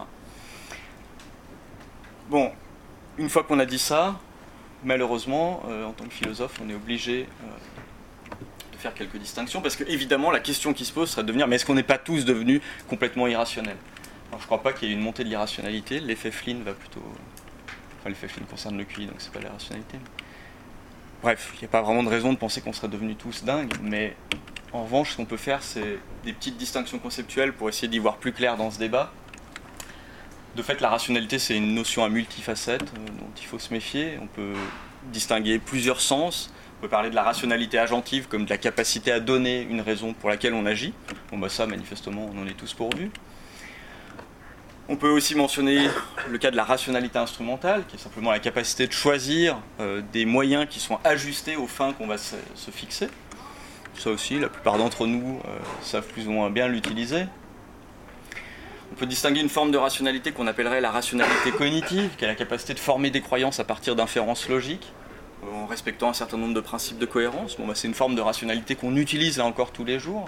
Bon, une fois qu'on a dit ça, malheureusement, en tant que philosophe, on est obligé de faire quelques distinctions, parce que, évidemment, la question qui se pose serait de devenir, mais est-ce qu'on n'est pas tous devenus complètement irrationnels ? Alors, je ne crois pas qu'il y ait une montée de l'irrationalité, l'effet Flynn va plutôt... Enfin, l'effet Flynn concerne le QI, donc c'est pas l'irrationalité. Bref, il n'y a pas vraiment de raison de penser qu'on serait devenus tous dingues, mais en revanche, ce qu'on peut faire, c'est des petites distinctions conceptuelles pour essayer d'y voir plus clair dans ce débat. De fait, la rationalité, c'est une notion à multifacettes dont il faut se méfier. On peut distinguer plusieurs sens. On peut parler de la rationalité agentive comme de la capacité à donner une raison pour laquelle on agit. Bon, ça, manifestement, on en est tous pourvus. On peut aussi mentionner le cas de la rationalité instrumentale, qui est simplement la capacité de choisir des moyens qui sont ajustés aux fins qu'on va se fixer. Ça aussi, la plupart d'entre nous savent plus ou moins bien l'utiliser. On peut distinguer une forme de rationalité qu'on appellerait la rationalité cognitive, qui est la capacité de former des croyances à partir d'inférences logiques, en respectant un certain nombre de principes de cohérence. Bon, c'est une forme de rationalité qu'on utilise là encore tous les jours.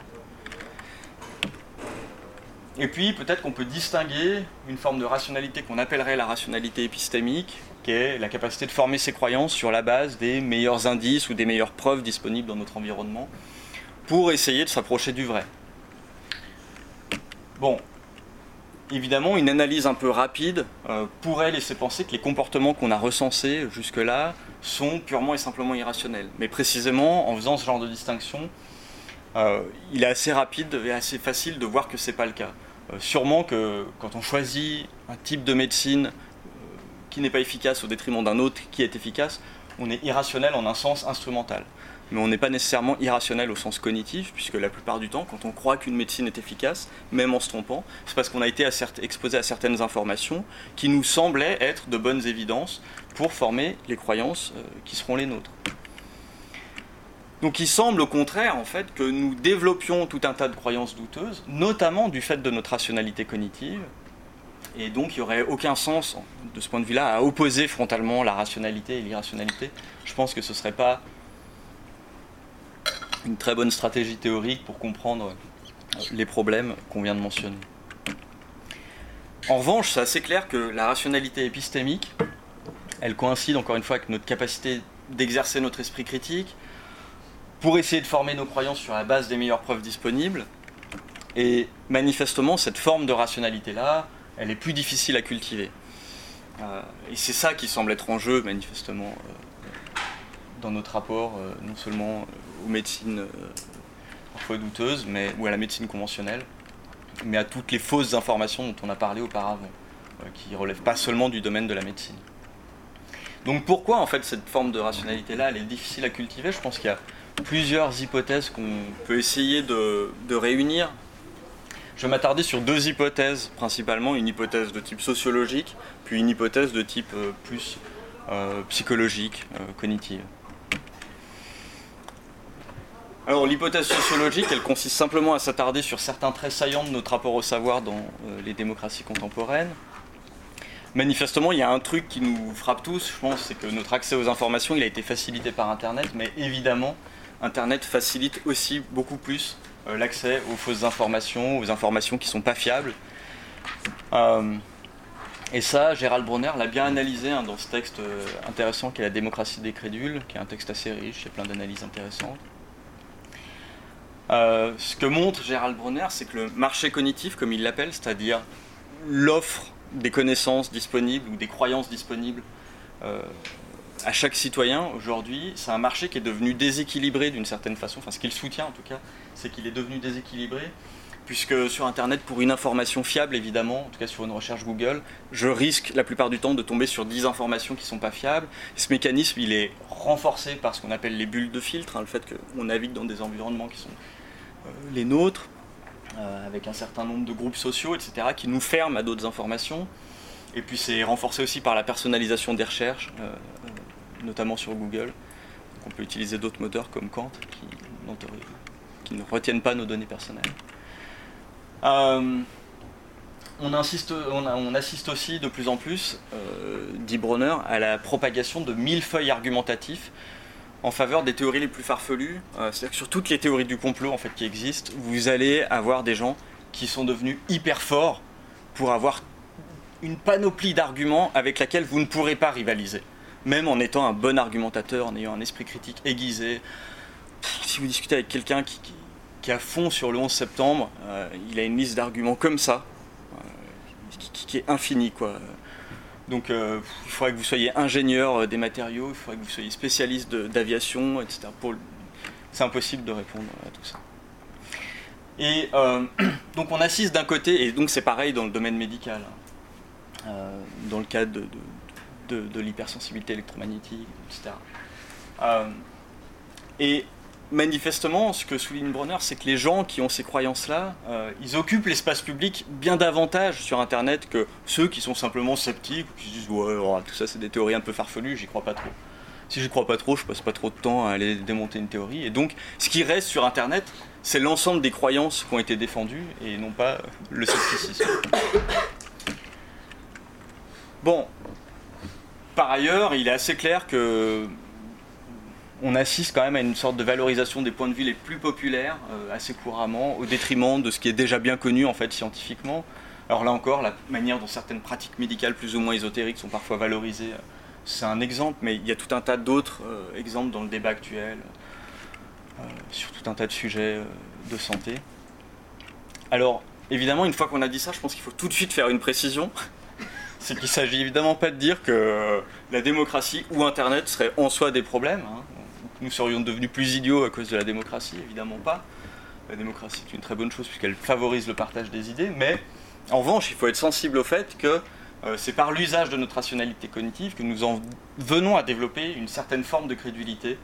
Et puis, peut-être qu'on peut distinguer une forme de rationalité qu'on appellerait la rationalité épistémique, qui est la capacité de former ses croyances sur la base des meilleurs indices ou des meilleures preuves disponibles dans notre environnement, pour essayer de s'approcher du vrai. Bon, évidemment, une analyse un peu rapide pourrait laisser penser que les comportements qu'on a recensés jusque-là sont purement et simplement irrationnels. Mais précisément, en faisant ce genre de distinction, il est assez rapide et assez facile de voir que ce n'est pas le cas. Sûrement que quand on choisit un type de médecine qui n'est pas efficace au détriment d'un autre qui est efficace, on est irrationnel en un sens instrumental. Mais on n'est pas nécessairement irrationnel au sens cognitif, puisque la plupart du temps, quand on croit qu'une médecine est efficace, même en se trompant, c'est parce qu'on a été exposé à certaines informations qui nous semblaient être de bonnes évidences pour former les croyances qui seront les nôtres. Donc il semble au contraire en fait, que nous développions tout un tas de croyances douteuses, notamment du fait de notre rationalité cognitive, et donc il n'y aurait aucun sens, de ce point de vue-là, à opposer frontalement la rationalité et l'irrationalité. Je pense que ce ne serait pas une très bonne stratégie théorique pour comprendre les problèmes qu'on vient de mentionner. En revanche, c'est assez clair que la rationalité épistémique, elle coïncide encore une fois avec notre capacité d'exercer notre esprit critique, pour essayer de former nos croyances sur la base des meilleures preuves disponibles, Et manifestement, cette forme de rationalité-là, elle est plus difficile à cultiver. Et c'est ça qui semble être en jeu, manifestement, dans notre rapport, non seulement aux médecines parfois douteuses, ou à la médecine conventionnelle, mais à toutes les fausses informations dont on a parlé auparavant, qui ne relèvent pas seulement du domaine de la médecine. Donc pourquoi, en fait, cette forme de rationalité-là, elle est difficile à cultiver? Je pense qu'il y a plusieurs hypothèses qu'on peut essayer de réunir. Je vais m'attarder sur deux hypothèses, principalement une hypothèse de type sociologique, puis une hypothèse de type plus psychologique, cognitive. Alors l'hypothèse sociologique, elle consiste simplement à s'attarder sur certains traits saillants de notre rapport au savoir dans les démocraties contemporaines. Manifestement, il y a un truc qui nous frappe tous, je pense, c'est que notre accès aux informations, il a été facilité par Internet, mais évidemment, Internet facilite aussi beaucoup plus l'accès aux fausses informations, aux informations qui ne sont pas fiables. Et ça, Gérald Bronner l'a bien analysé dans ce texte intéressant qui est La démocratie des crédules, qui est un texte assez riche, il y a plein d'analyses intéressantes. Ce que montre Gérald Bronner, c'est que le marché cognitif, comme il l'appelle, c'est-à-dire l'offre des connaissances disponibles ou des croyances disponibles à chaque citoyen aujourd'hui, c'est un marché qui est devenu déséquilibré d'une certaine façon, enfin ce qu'il soutient en tout cas, c'est qu'il est devenu déséquilibré, puisque sur Internet, pour une information fiable évidemment, en tout cas sur une recherche Google, je risque la plupart du temps de tomber sur 10 informations qui ne sont pas fiables. Et ce mécanisme, il est renforcé par ce qu'on appelle les bulles de filtre, le fait qu'on navigue dans des environnements qui sont les nôtres, avec un certain nombre de groupes sociaux, etc., qui nous ferment à d'autres informations. Et puis c'est renforcé aussi par la personnalisation des recherches, notamment sur Google. Donc on peut utiliser d'autres moteurs comme Kant, qui ne retiennent pas nos données personnelles. On assiste aussi de plus en plus, dit Bronner, à la propagation de millefeuilles argumentatifs en faveur des théories les plus farfelues. C'est-à-dire que sur toutes les théories du complot en fait, qui existent, vous allez avoir des gens qui sont devenus hyper forts pour avoir une panoplie d'arguments avec laquelle vous ne pourrez pas rivaliser. Même en étant un bon argumentateur, en ayant un esprit critique aiguisé. Si vous discutez avec quelqu'un qui est à fond sur le 11 septembre, il a une liste d'arguments comme ça, qui est infinie, quoi. Donc il faudrait que vous soyez ingénieur des matériaux, il faudrait que vous soyez spécialiste d'aviation, etc. C'est impossible de répondre à tout ça. Et donc on assiste d'un côté, et donc c'est pareil dans le domaine médical, dans le cadre de l'hypersensibilité électromagnétique, etc. Et manifestement, ce que souligne Bronner, c'est que les gens qui ont ces croyances-là, ils occupent l'espace public bien davantage sur Internet que ceux qui sont simplement sceptiques, qui se disent « ouais, tout ça c'est des théories un peu farfelues, j'y crois pas trop ». Si j'y crois pas trop, je passe pas trop de temps à aller démonter une théorie. Et donc, ce qui reste sur Internet, c'est l'ensemble des croyances qui ont été défendues et non pas le scepticisme. Bon, par ailleurs, il est assez clair que on assiste quand même à une sorte de valorisation des points de vue les plus populaires, assez couramment, au détriment de ce qui est déjà bien connu en fait scientifiquement. Alors là encore, la manière dont certaines pratiques médicales plus ou moins ésotériques sont parfois valorisées, c'est un exemple, mais il y a tout un tas d'autres exemples dans le débat actuel, sur tout un tas de sujets de santé. Alors, évidemment, une fois qu'on a dit ça, je pense qu'il faut tout de suite faire une précision. C'est qu'il ne s'agit évidemment pas de dire que la démocratie ou Internet seraient en soi des problèmes. Nous serions devenus plus idiots à cause de la démocratie, évidemment pas. La démocratie est une très bonne chose puisqu'elle favorise le partage des idées, mais en revanche, il faut être sensible au fait que c'est par l'usage de notre rationalité cognitive que nous en venons à développer une certaine forme de crédulité,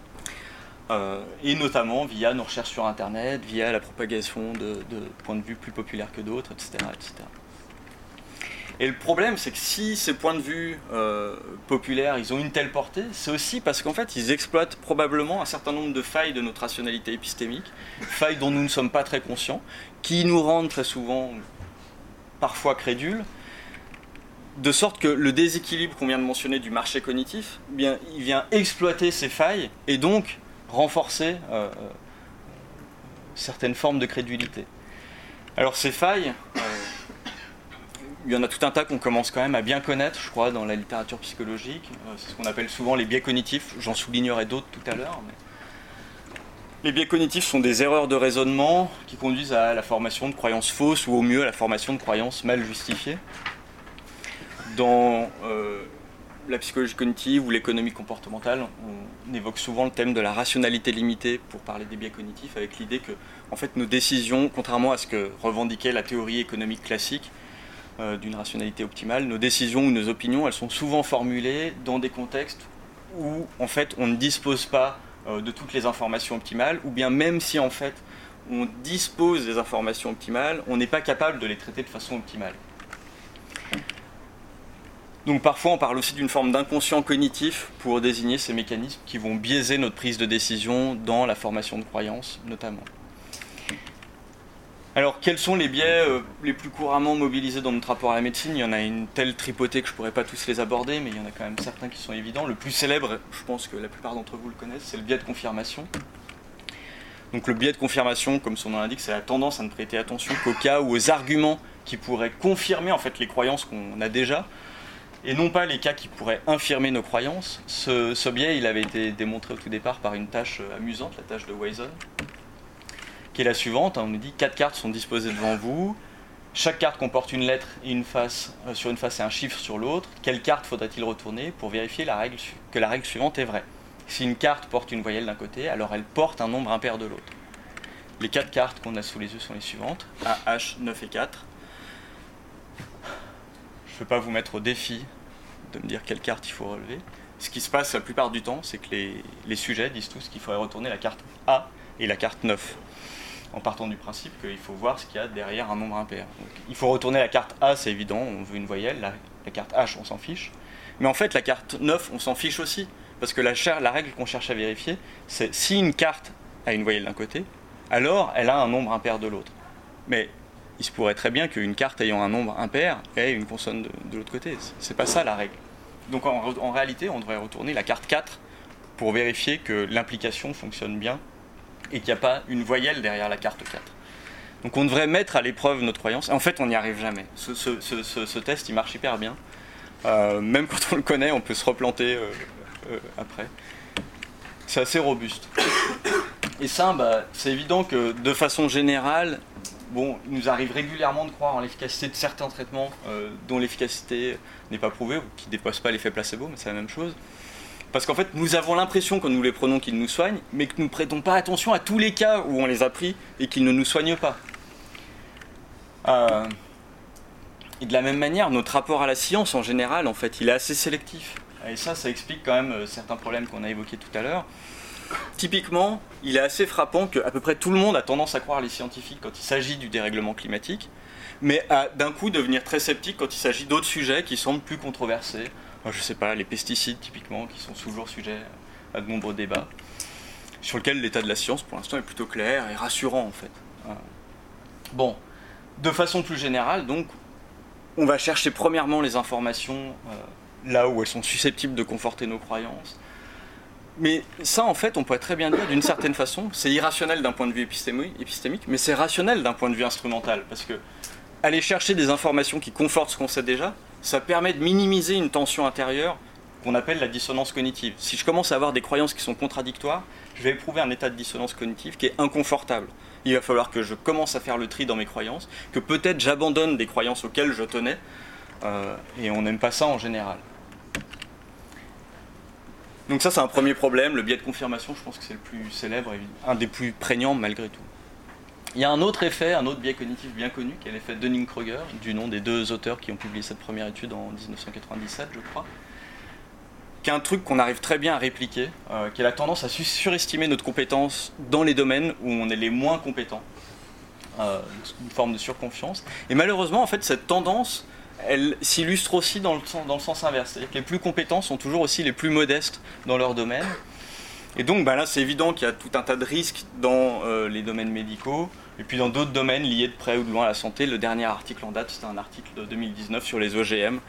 et notamment via nos recherches sur Internet, via la propagation de points de vue plus populaires que d'autres, etc., etc. Et le problème, c'est que si ces points de vue populaires, ils ont une telle portée, c'est aussi parce qu'en fait, ils exploitent probablement un certain nombre de failles de notre rationalité épistémique, failles dont nous ne sommes pas très conscients, qui nous rendent très souvent, parfois crédules, de sorte que le déséquilibre qu'on vient de mentionner du marché cognitif, eh bien, il vient exploiter ces failles et donc renforcer certaines formes de crédulité. Alors ces failles... il y en a tout un tas qu'on commence quand même à bien connaître, je crois, dans la littérature psychologique. C'est ce qu'on appelle souvent les biais cognitifs. J'en soulignerai d'autres tout à l'heure. Les biais cognitifs sont des erreurs de raisonnement qui conduisent à la formation de croyances fausses ou au mieux à la formation de croyances mal justifiées. Dans la psychologie cognitive ou l'économie comportementale, on évoque souvent le thème de la rationalité limitée pour parler des biais cognitifs, avec l'idée que en fait, nos décisions, contrairement à ce que revendiquait la théorie économique classique d'une rationalité optimale, nos décisions ou nos opinions, elles sont souvent formulées dans des contextes où en fait, on ne dispose pas de toutes les informations optimales, ou bien même si en fait on dispose des informations optimales, on n'est pas capable de les traiter de façon optimale. Donc parfois on parle aussi d'une forme d'inconscient cognitif pour désigner ces mécanismes qui vont biaiser notre prise de décision dans la formation de croyances notamment. Alors quels sont les biais les plus couramment mobilisés dans notre rapport à la médecine? Il y en a une telle tripotée que je ne pourrais pas tous les aborder, mais il y en a quand même certains qui sont évidents. Le plus célèbre, je pense que la plupart d'entre vous le connaissent, c'est le biais de confirmation. Donc le biais de confirmation, comme son nom l'indique, c'est la tendance à ne prêter attention qu'aux cas ou aux arguments qui pourraient confirmer en fait les croyances qu'on a déjà, et non pas les cas qui pourraient infirmer nos croyances. Ce biais, il avait été démontré au tout départ par une tâche amusante, la tâche de Wison, qui est la suivante. On nous dit 4 cartes sont disposées devant vous. Chaque carte comporte une lettre et une face sur une face et un chiffre sur l'autre. Quelle carte faudrait-il retourner pour vérifier que la règle suivante est vraie? Si une carte porte une voyelle d'un côté, alors elle porte un nombre impair de l'autre. Les 4 cartes qu'on a sous les yeux sont les suivantes: A, H, 9 et 4. Je ne vais pas vous mettre au défi de me dire quelle carte il faut relever. Ce qui se passe la plupart du temps, c'est que les sujets disent tous qu'il faudrait retourner la carte A et la carte 9. En partant du principe qu'il faut voir ce qu'il y a derrière un nombre impair. Donc, il faut retourner la carte A, c'est évident, on veut une voyelle. La carte H, on s'en fiche. Mais en fait, la carte 9, on s'en fiche aussi. Parce que la règle qu'on cherche à vérifier, c'est si une carte a une voyelle d'un côté, alors elle a un nombre impair de l'autre. Mais il se pourrait très bien qu'une carte ayant un nombre impair ait une consonne de l'autre côté. C'est pas ça la règle. Donc en réalité, on devrait retourner la carte 4 pour vérifier que l'implication fonctionne bien et qu'il n'y a pas une voyelle derrière la carte 4. Donc on devrait mettre à l'épreuve notre croyance. Et en fait, on n'y arrive jamais. Ce test, il marche hyper bien. Même quand on le connaît, on peut se replanter après. C'est assez robuste. Et ça, c'est évident que de façon générale, il nous arrive régulièrement de croire en l'efficacité de certains traitements dont l'efficacité n'est pas prouvée ou qui ne dépassent pas l'effet placebo, mais c'est la même chose. Parce qu'en fait, nous avons l'impression quand nous les prenons qu'ils nous soignent, mais que nous ne prêtons pas attention à tous les cas où on les a pris et qu'ils ne nous soignent pas. Et de la même manière, notre rapport à la science en général, en fait, il est assez sélectif. Et ça explique quand même certains problèmes qu'on a évoqués tout à l'heure. Typiquement, il est assez frappant qu'à peu près tout le monde a tendance à croire les scientifiques quand il s'agit du dérèglement climatique, mais à d'un coup devenir très sceptique quand il s'agit d'autres sujets qui semblent plus controversés. Je ne sais pas, les pesticides typiquement, qui sont toujours sujets à de nombreux débats, sur lesquels l'état de la science pour l'instant est plutôt clair et rassurant en fait. Bon, de façon plus générale, donc, on va chercher premièrement les informations là où elles sont susceptibles de conforter nos croyances. Mais ça, en fait, on pourrait très bien dire, d'une certaine façon, c'est irrationnel d'un point de vue épistémique, mais c'est rationnel d'un point de vue instrumental, parce que aller chercher des informations qui confortent ce qu'on sait déjà, ça permet de minimiser une tension intérieure qu'on appelle la dissonance cognitive. Si je commence à avoir des croyances qui sont contradictoires, je vais éprouver un état de dissonance cognitive qui est inconfortable. Il va falloir que je commence à faire le tri dans mes croyances, que peut-être j'abandonne des croyances auxquelles je tenais, et on n'aime pas ça en général. Donc ça, c'est un premier problème. Le biais de confirmation, je pense que c'est le plus célèbre et un des plus prégnants malgré tout. Il y a un autre effet, un autre biais cognitif bien connu, qui est l'effet Dunning-Kruger, du nom des deux auteurs qui ont publié cette première étude en 1997, je crois, qui est un truc qu'on arrive très bien à répliquer, qui est la tendance à surestimer notre compétence dans les domaines où on est les moins compétents, une forme de surconfiance. Et malheureusement, en fait, cette tendance, elle s'illustre aussi dans le sens inverse. C'est-à-dire que les plus compétents sont toujours aussi les plus modestes dans leur domaine. Et donc là, c'est évident qu'il y a tout un tas de risques dans les domaines médicaux, et puis dans d'autres domaines liés de près ou de loin à la santé. Le dernier article en date, c'était un article de 2019 sur les OGM,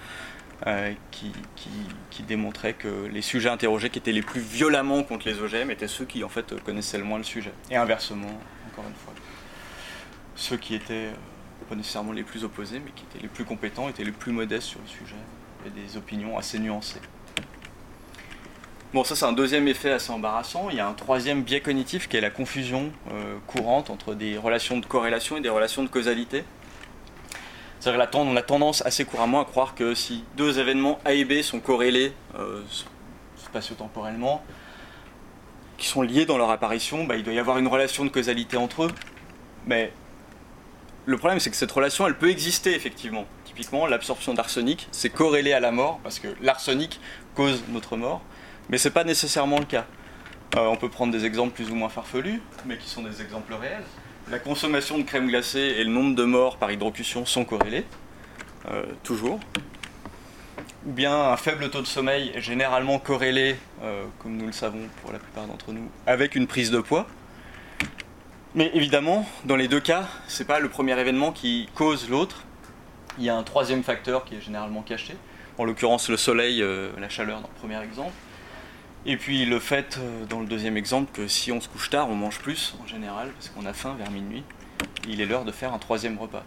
qui démontrait que les sujets interrogés qui étaient les plus violemment contre les OGM étaient ceux qui en fait connaissaient le moins le sujet. Et inversement, encore une fois, ceux qui étaient pas nécessairement les plus opposés, mais qui étaient les plus compétents, étaient les plus modestes sur le sujet, et des opinions assez nuancées. Bon, ça c'est un deuxième effet assez embarrassant. Il y a un troisième biais cognitif qui est la confusion courante entre des relations de corrélation et des relations de causalité. C'est-à-dire qu'on a tendance assez couramment à croire que si deux événements A et B sont corrélés spatio-temporellement, qui sont liés dans leur apparition, il doit y avoir une relation de causalité entre eux. Mais le problème, c'est que cette relation, elle peut exister effectivement. Typiquement, l'absorption d'arsenic, c'est corrélé à la mort, parce que l'arsenic cause notre mort, mais ce n'est pas nécessairement le cas. On peut prendre des exemples plus ou moins farfelus, mais qui sont des exemples réels. La consommation de crème glacée et le nombre de morts par hydrocution sont corrélés, toujours. Ou bien un faible taux de sommeil est généralement corrélé, comme nous le savons pour la plupart d'entre nous, avec une prise de poids. Mais évidemment, dans les deux cas, ce n'est pas le premier événement qui cause l'autre. Il y a un troisième facteur qui est généralement caché, en l'occurrence le soleil, la chaleur dans le premier exemple. Et puis le fait, dans le deuxième exemple, que si on se couche tard, on mange plus en général, parce qu'on a faim vers minuit. Il est l'heure de faire un troisième repas.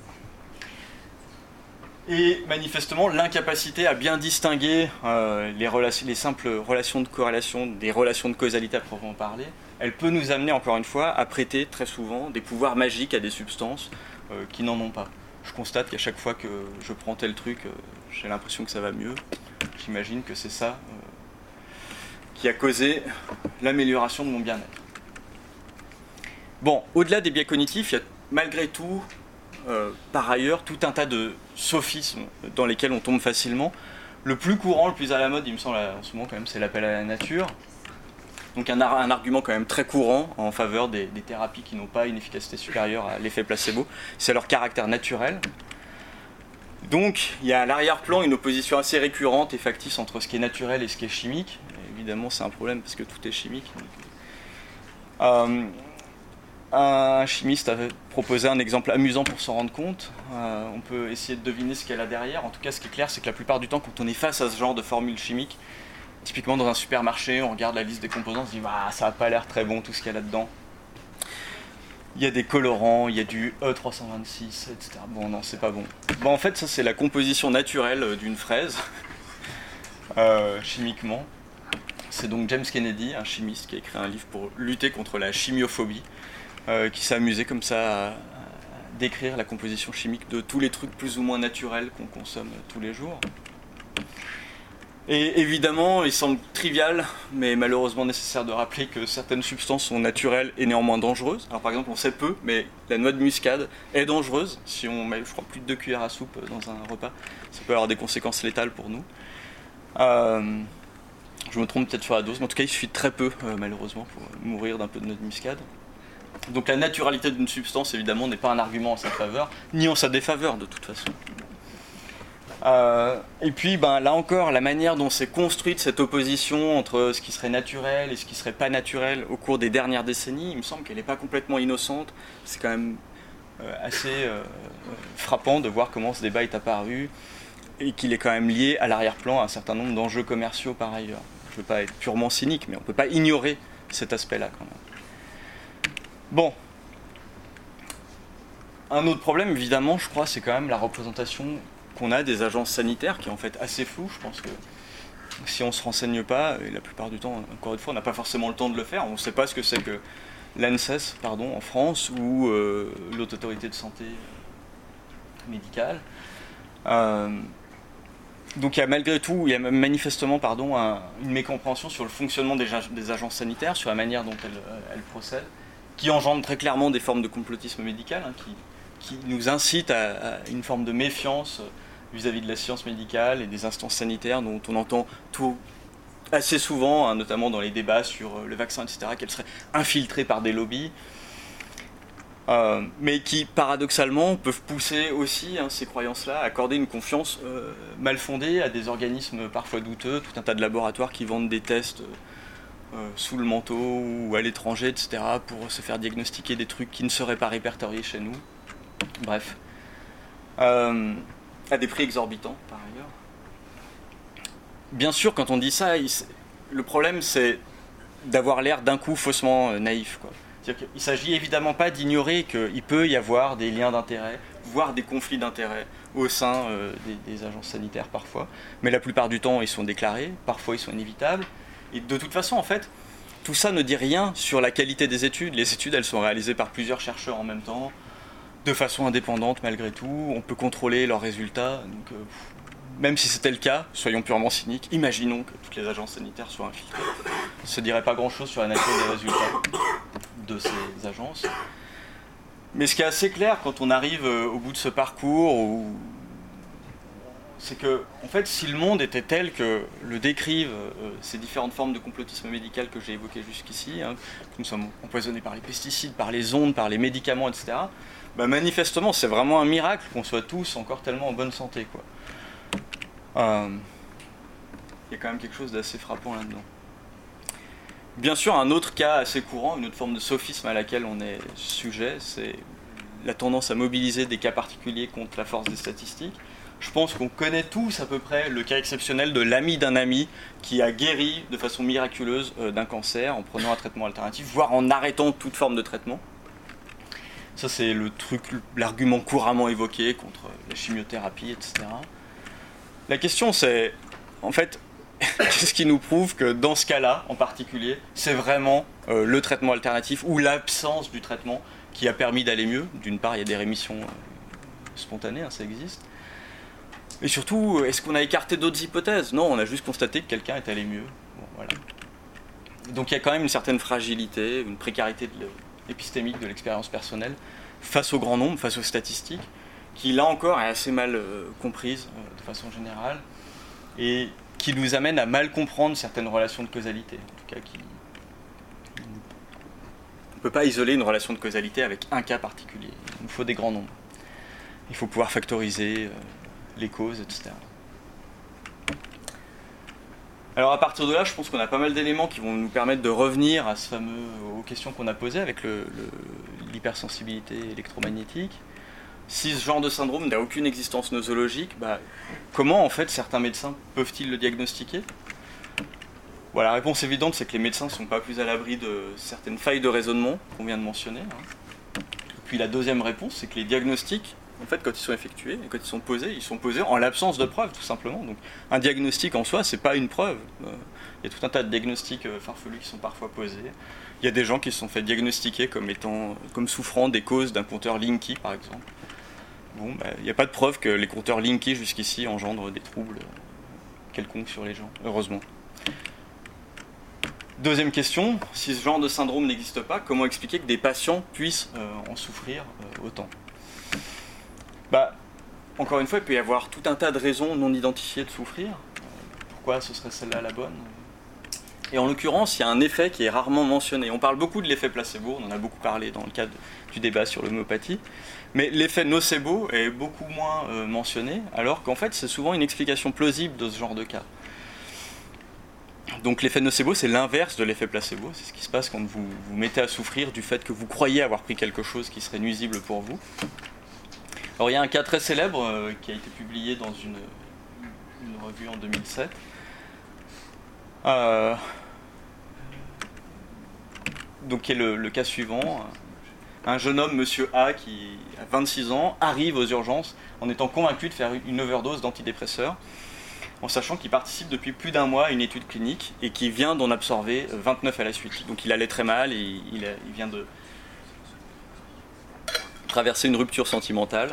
Et manifestement, l'incapacité à bien distinguer les simples relations de corrélation des relations de causalité à proprement parler, elle peut nous amener, encore une fois, à prêter très souvent des pouvoirs magiques à des substances qui n'en ont pas. Je constate qu'à chaque fois que je prends tel truc, j'ai l'impression que ça va mieux. J'imagine que c'est ça qui a causé l'amélioration de mon bien-être. Bon, au-delà des biais cognitifs, il y a malgré tout, par ailleurs, tout un tas de sophismes dans lesquels on tombe facilement. Le plus courant, le plus à la mode, il me semble, en ce moment quand même, c'est l'appel à la nature. Donc un argument quand même très courant en faveur des thérapies qui n'ont pas une efficacité supérieure à l'effet placebo, c'est leur caractère naturel. Donc il y a à l'arrière-plan une opposition assez récurrente et factice entre ce qui est naturel et ce qui est chimique. Et évidemment c'est un problème parce que tout est chimique. Un chimiste avait proposé un exemple amusant pour s'en rendre compte. On peut essayer de deviner ce qu'il y a là derrière. En tout cas, ce qui est clair, c'est que la plupart du temps, quand on est face à ce genre de formule chimique, typiquement dans un supermarché, on regarde la liste des composants, on se dit « ça n'a pas l'air très bon tout ce qu'il y a là-dedans ». Il y a des colorants, il y a du E326, etc. Bon, non, c'est pas bon. En fait, ça, c'est la composition naturelle d'une fraise, chimiquement. C'est donc James Kennedy, un chimiste, qui a écrit un livre pour lutter contre la chimiophobie, qui s'est amusé comme ça à décrire la composition chimique de tous les trucs plus ou moins naturels qu'on consomme tous les jours. Et évidemment, il semble trivial, mais malheureusement nécessaire de rappeler que certaines substances sont naturelles et néanmoins dangereuses. Alors par exemple, on sait peu, mais la noix de muscade est dangereuse. Si on met, je crois, plus de 2 cuillères à soupe dans un repas, ça peut avoir des conséquences létales pour nous. Je me trompe peut-être sur la dose, mais en tout cas, il suffit de très peu, malheureusement, pour mourir d'un peu de noix de muscade. Donc la naturalité d'une substance, évidemment, n'est pas un argument en sa faveur, ni en sa défaveur, de toute façon. Et puis, là encore, la manière dont s'est construite cette opposition entre ce qui serait naturel et ce qui serait pas naturel au cours des dernières décennies, il me semble qu'elle n'est pas complètement innocente. C'est quand même assez frappant de voir comment ce débat est apparu et qu'il est quand même lié à l'arrière-plan à un certain nombre d'enjeux commerciaux par ailleurs. Je ne veux pas être purement cynique, mais on ne peut pas ignorer cet aspect-là quand même. Bon. Un autre problème, évidemment, je crois, c'est quand même la représentation qu'on a des agences sanitaires, qui est en fait assez floue. Je pense que si on ne se renseigne pas, et la plupart du temps, encore une fois, on n'a pas forcément le temps de le faire, on ne sait pas ce que c'est que l'ANSES, en France, ou l'Haute Autorité de Santé médicale. Donc il y a malgré tout, il y a manifestement une mécompréhension sur le fonctionnement des agences sanitaires, sur la manière dont elles procèdent, qui engendre très clairement des formes de complotisme médical, qui nous incitent à une forme de méfiance vis-à-vis de la science médicale et des instances sanitaires dont on entend tout assez souvent, notamment dans les débats sur le vaccin, etc., qu'elles seraient infiltrées par des lobbies, mais qui, paradoxalement, peuvent pousser aussi ces croyances-là à accorder une confiance mal fondée à des organismes parfois douteux, tout un tas de laboratoires qui vendent des tests sous le manteau ou à l'étranger, etc., pour se faire diagnostiquer des trucs qui ne seraient pas répertoriés chez nous. Bref. À des prix exorbitants, par ailleurs. Bien sûr, quand on dit ça, le problème, c'est d'avoir l'air d'un coup faussement naïf, quoi. C'est-à-dire qu'il ne s'agit évidemment pas d'ignorer qu'il peut y avoir des liens d'intérêt, voire des conflits d'intérêt au sein des agences sanitaires parfois, mais la plupart du temps, ils sont déclarés, parfois ils sont inévitables. Et de toute façon, en fait, tout ça ne dit rien sur la qualité des études. Les études, elles sont réalisées par plusieurs chercheurs en même temps, de façon indépendante malgré tout. On peut contrôler leurs résultats. Donc, même si c'était le cas, soyons purement cyniques, imaginons que toutes les agences sanitaires soient infiltrées. On ne se dirait pas grand-chose sur la nature des résultats de ces agences. Mais ce qui est assez clair quand on arrive au bout de ce parcours, c'est que, en fait, si le monde était tel que le décrivent ces différentes formes de complotisme médical que j'ai évoquées jusqu'ici, hein, que nous sommes empoisonnés par les pesticides, par les ondes, par les médicaments, etc., bah, manifestement, c'est vraiment un miracle qu'on soit tous encore tellement en bonne santé, quoi. Il y a quand même quelque chose d'assez frappant là-dedans. Bien sûr, un autre cas assez courant, une autre forme de sophisme à laquelle on est sujet, c'est la tendance à mobiliser des cas particuliers contre la force des statistiques. Je pense qu'on connaît tous à peu près le cas exceptionnel de l'ami d'un ami qui a guéri de façon miraculeuse d'un cancer en prenant un traitement alternatif, voire en arrêtant toute forme de traitement. Ça, c'est l'argument couramment évoqué contre la chimiothérapie, etc. La question, c'est, en fait, qu'est-ce qui nous prouve que dans ce cas-là, en particulier, c'est vraiment le traitement alternatif ou l'absence du traitement qui a permis d'aller mieux. D'une part, il y a des rémissions spontanées, hein, ça existe. Et surtout, est-ce qu'on a écarté d'autres hypothèses? Non, on a juste constaté que quelqu'un est allé mieux. Bon, voilà. Donc il y a quand même une certaine fragilité, une précarité épistémique de l'expérience personnelle face au grand nombre, face aux statistiques, qui là encore est assez mal comprise de façon générale, et qui nous amène à mal comprendre certaines relations de causalité. En tout cas, on ne peut pas isoler une relation de causalité avec un cas particulier. Il nous faut des grands nombres. Il faut pouvoir factoriser les causes, etc. Alors à partir de là, je pense qu'on a pas mal d'éléments qui vont nous permettre de revenir à aux questions qu'on a posées avec l'hypersensibilité électromagnétique. Si ce genre de syndrome n'a aucune existence nosologique, comment en fait certains médecins peuvent-ils le diagnostiquer? Voilà, la réponse évidente, c'est que les médecins ne sont pas plus à l'abri de certaines failles de raisonnement qu'on vient de mentionner. Et puis la deuxième réponse, c'est que les diagnostics, en fait, quand ils sont effectués et quand ils sont posés en l'absence de preuves, tout simplement. Donc, un diagnostic en soi, c'est pas une preuve. Il y a tout un tas de diagnostics farfelus qui sont parfois posés. Il y a des gens qui se sont fait diagnostiquer comme souffrant des causes d'un compteur Linky, par exemple. Bon, il n'y a pas de preuve que les compteurs Linky jusqu'ici engendrent des troubles quelconques sur les gens, heureusement. Deuxième question, si ce genre de syndrome n'existe pas, comment expliquer que des patients puissent en souffrir autant? Encore une fois, il peut y avoir tout un tas de raisons non identifiées de souffrir. Pourquoi ce serait celle-là la bonne? Et en l'occurrence, il y a un effet qui est rarement mentionné. On parle beaucoup de l'effet placebo, on en a beaucoup parlé dans le cadre du débat sur l'homéopathie, mais l'effet nocebo est beaucoup moins mentionné, alors qu'en fait, c'est souvent une explication plausible de ce genre de cas. Donc l'effet nocebo, c'est l'inverse de l'effet placebo, c'est ce qui se passe quand vous vous mettez à souffrir du fait que vous croyez avoir pris quelque chose qui serait nuisible pour vous. Alors il y a un cas très célèbre qui a été publié dans une revue en 2007. Donc qui est le cas suivant. Un jeune homme, monsieur A, qui a 26 ans, arrive aux urgences en étant convaincu de faire une overdose d'antidépresseurs, en sachant qu'il participe depuis plus d'un mois à une étude clinique et qu'il vient d'en absorber 29 à la suite. Donc il allait très mal et il vient de traverser une rupture sentimentale.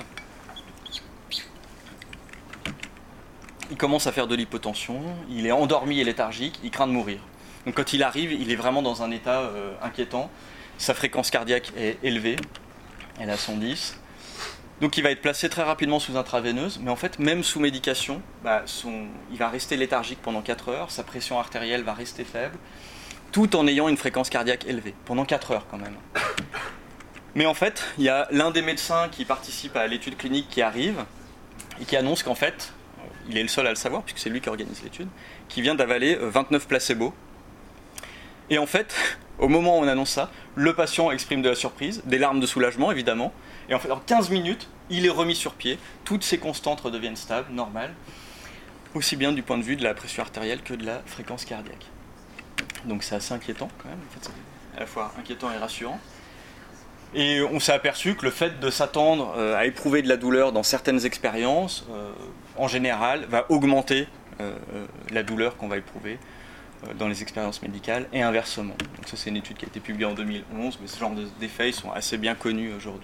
Il commence à faire de l'hypotension, il est endormi et léthargique, il craint de mourir. Donc quand il arrive, il est vraiment dans un état inquiétant. Sa fréquence cardiaque est élevée, elle est à 110. Donc il va être placé très rapidement sous intraveineuse, mais en fait, même sous médication, il va rester léthargique pendant 4 heures, sa pression artérielle va rester faible, tout en ayant une fréquence cardiaque élevée, pendant 4 heures quand même. Mais en fait, il y a l'un des médecins qui participe à l'étude clinique qui arrive, et qui annonce qu'en fait, il est le seul à le savoir, puisque c'est lui qui organise l'étude, qui vient d'avaler 29 placebos. Et en fait, au moment où on annonce ça, le patient exprime de la surprise, des larmes de soulagement évidemment, et en fait, en 15 minutes, il est remis sur pied, toutes ses constantes redeviennent stables, normales, aussi bien du point de vue de la pression artérielle que de la fréquence cardiaque. Donc c'est assez inquiétant quand même, en fait, c'est à la fois inquiétant et rassurant. Et on s'est aperçu que le fait de s'attendre à éprouver de la douleur dans certaines expériences, en général, va augmenter la douleur qu'on va éprouver dans les expériences médicales et inversement. Donc ça, c'est une étude qui a été publiée en 2011, mais ce genre d'effets sont assez bien connus aujourd'hui.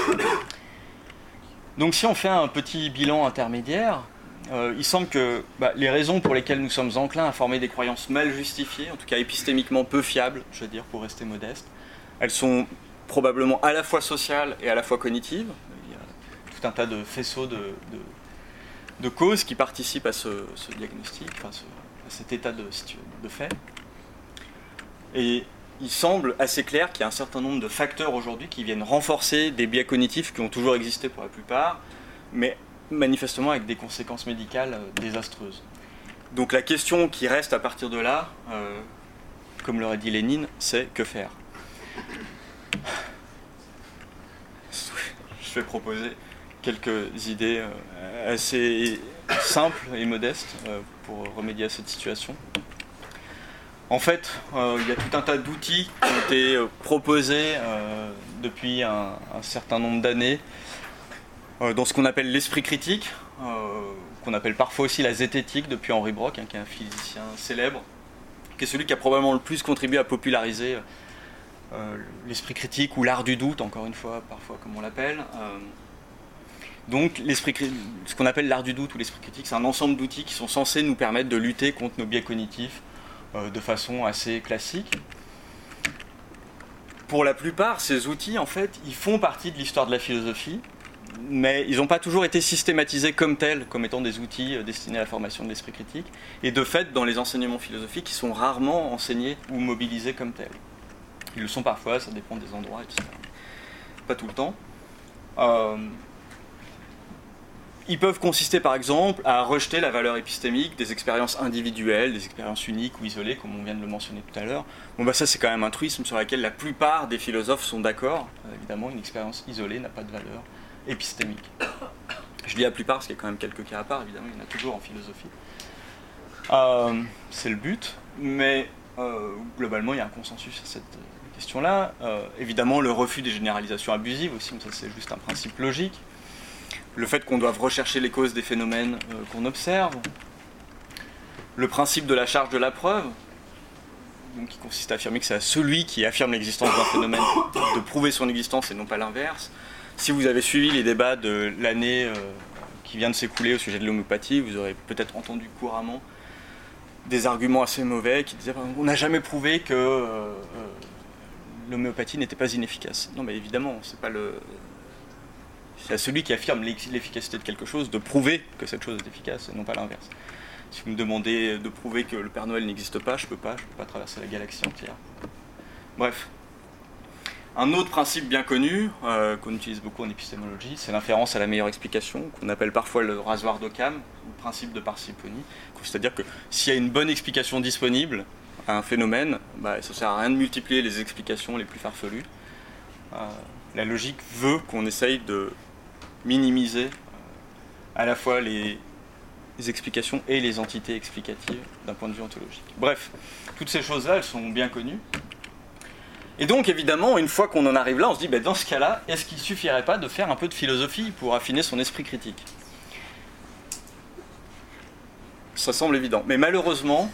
Donc si on fait un petit bilan intermédiaire, il semble que les raisons pour lesquelles nous sommes enclins à former des croyances mal justifiées, en tout cas épistémiquement peu fiables, je veux dire pour rester modeste, elles sont probablement à la fois sociales et à la fois cognitives. Il y a tout un tas de faisceaux de causes qui participent à ce diagnostic, à cet état de fait. Et il semble assez clair qu'il y a un certain nombre de facteurs aujourd'hui qui viennent renforcer des biais cognitifs qui ont toujours existé pour la plupart, mais manifestement avec des conséquences médicales désastreuses. Donc la question qui reste à partir de là, comme l'aurait dit Lénine, c'est que faire ? Je vais proposer quelques idées assez simples et modestes pour remédier à cette situation. En fait, il y a tout un tas d'outils qui ont été proposés depuis un certain nombre d'années dans ce qu'on appelle l'esprit critique, qu'on appelle parfois aussi la zététique depuis Henri Brock, qui est un physicien célèbre, qui est celui qui a probablement le plus contribué à populariser l'esprit critique ou l'art du doute, encore une fois, parfois comme on l'appelle. Donc ce qu'on appelle l'art du doute ou l'esprit critique, c'est un ensemble d'outils qui sont censés nous permettre de lutter contre nos biais cognitifs de façon assez classique. Pour la plupart, ces outils, en fait, ils font partie de l'histoire de la philosophie, mais ils n'ont pas toujours été systématisés comme tels, comme étant des outils destinés à la formation de l'esprit critique, et de fait, dans les enseignements philosophiques, ils sont rarement enseignés ou mobilisés comme tels. Ils le sont parfois, ça dépend des endroits, etc. Pas tout le temps. Ils peuvent consister par exemple à rejeter la valeur épistémique des expériences individuelles, des expériences uniques ou isolées, comme on vient de le mentionner tout à l'heure. Bon, ça c'est quand même un truisme sur lequel la plupart des philosophes sont d'accord. Évidemment, une expérience isolée n'a pas de valeur épistémique. Je dis la plupart parce qu'il y a quand même quelques cas à part, évidemment, il y en a toujours en philosophie. C'est le but, mais globalement il y a un consensus sur cette question-là. Évidemment, le refus des généralisations abusives aussi, mais ça c'est juste un principe logique. Le fait qu'on doive rechercher les causes des phénomènes qu'on observe, le principe de la charge de la preuve, donc qui consiste à affirmer que c'est à celui qui affirme l'existence d'un phénomène de prouver son existence et non pas l'inverse. Si vous avez suivi les débats de l'année qui vient de s'écouler au sujet de l'homéopathie, vous aurez peut-être entendu couramment des arguments assez mauvais qui disaient on n'a jamais prouvé que l'homéopathie n'était pas inefficace. Non mais évidemment, c'est à celui qui affirme l'efficacité de quelque chose de prouver que cette chose est efficace et non pas l'inverse. Si vous me demandez de prouver que le Père Noël n'existe pas, je peux pas traverser la galaxie entière. Bref. Un autre principe bien connu, qu'on utilise beaucoup en épistémologie, c'est l'inférence à la meilleure explication, qu'on appelle parfois le rasoir d'Occam, ou le principe de parcimonie. C'est-à-dire que s'il y a une bonne explication disponible à un phénomène, ça ne sert à rien de multiplier les explications les plus farfelues. La logique veut qu'on essaye de minimiser à la fois les explications et les entités explicatives d'un point de vue ontologique. Bref, toutes ces choses-là, elles sont bien connues. Et donc, évidemment, une fois qu'on en arrive là, on se dit, dans ce cas-là, est-ce qu'il ne suffirait pas de faire un peu de philosophie pour affiner son esprit critique ? Ça semble évident. Mais malheureusement,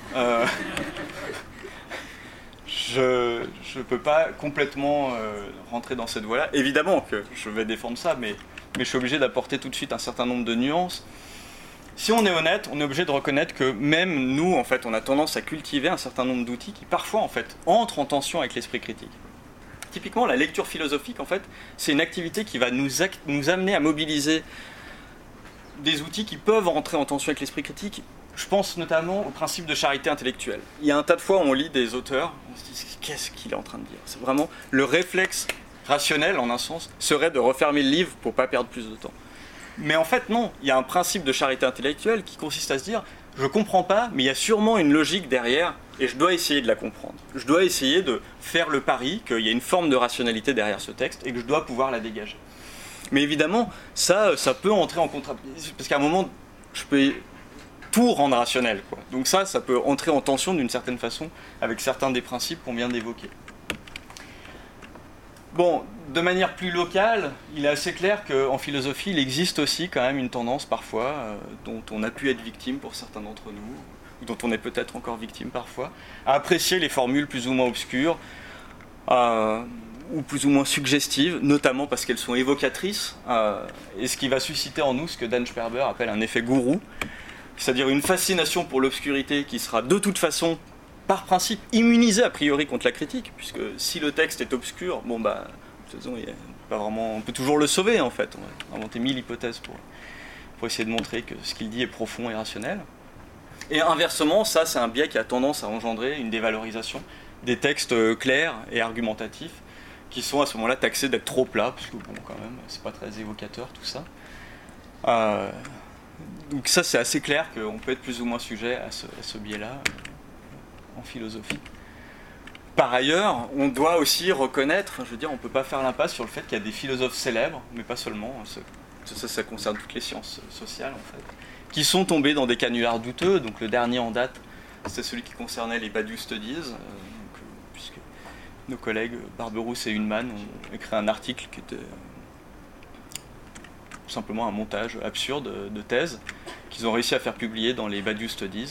je ne peux pas complètement rentrer dans cette voie-là. Évidemment que je vais défendre ça, mais je suis obligé d'apporter tout de suite un certain nombre de nuances. Si on est honnête, on est obligé de reconnaître que même nous, en fait, on a tendance à cultiver un certain nombre d'outils qui, parfois, en fait, entrent en tension avec l'esprit critique. Typiquement, la lecture philosophique, en fait, c'est une activité qui va nous amener à mobiliser des outils qui peuvent entrer en tension avec l'esprit critique. Je pense notamment au principe de charité intellectuelle. Il y a un tas de fois où on lit des auteurs, on se dit qu'est-ce qu'il est en train de dire ? C'est vraiment le réflexe rationnel, en un sens, serait de refermer le livre pour ne pas perdre plus de temps. Mais en fait, non. Il y a un principe de charité intellectuelle qui consiste à se dire je ne comprends pas, mais il y a sûrement une logique derrière et je dois essayer de la comprendre. Je dois essayer de faire le pari qu'il y a une forme de rationalité derrière ce texte et que je dois pouvoir la dégager. Mais évidemment, ça peut entrer en contradiction. Parce qu'à un moment, je peux tout rendre rationnel, quoi. Donc ça peut entrer en tension d'une certaine façon avec certains des principes qu'on vient d'évoquer. Bon, de manière plus locale, il est assez clair qu'en philosophie, il existe aussi quand même une tendance parfois dont on a pu être victime pour certains d'entre nous, dont on est peut-être encore victime parfois, à apprécier les formules plus ou moins obscures, ou plus ou moins suggestives, notamment parce qu'elles sont évocatrices, et ce qui va susciter en nous ce que Dan Sperber appelle un effet gourou, c'est-à-dire une fascination pour l'obscurité qui sera de toute façon, par principe, immunisée a priori contre la critique, puisque si le texte est obscur, bon bah, de toute façon, on peut toujours le sauver en fait, on va inventer 1000 hypothèses pour essayer de montrer que ce qu'il dit est profond et rationnel. Et inversement, ça c'est un biais qui a tendance à engendrer une dévalorisation des textes clairs et argumentatifs, qui sont à ce moment-là taxés d'être trop plats, parce que bon, quand même, c'est pas très évocateur tout ça. Donc ça, c'est assez clair qu'on peut être plus ou moins sujet à ce biais-là en philosophie. Par ailleurs, on doit aussi reconnaître, je veux dire, on ne peut pas faire l'impasse sur le fait qu'il y a des philosophes célèbres, mais pas seulement, ça concerne toutes les sciences sociales en fait, qui sont tombés dans des canulars douteux. Donc le dernier en date, c'est celui qui concernait les Badiou Studies, puisque nos collègues Barberousse et Hunman ont écrit un article qui était tout simplement un montage absurde de thèse qu'ils ont réussi à faire publier dans les Badiou Studies.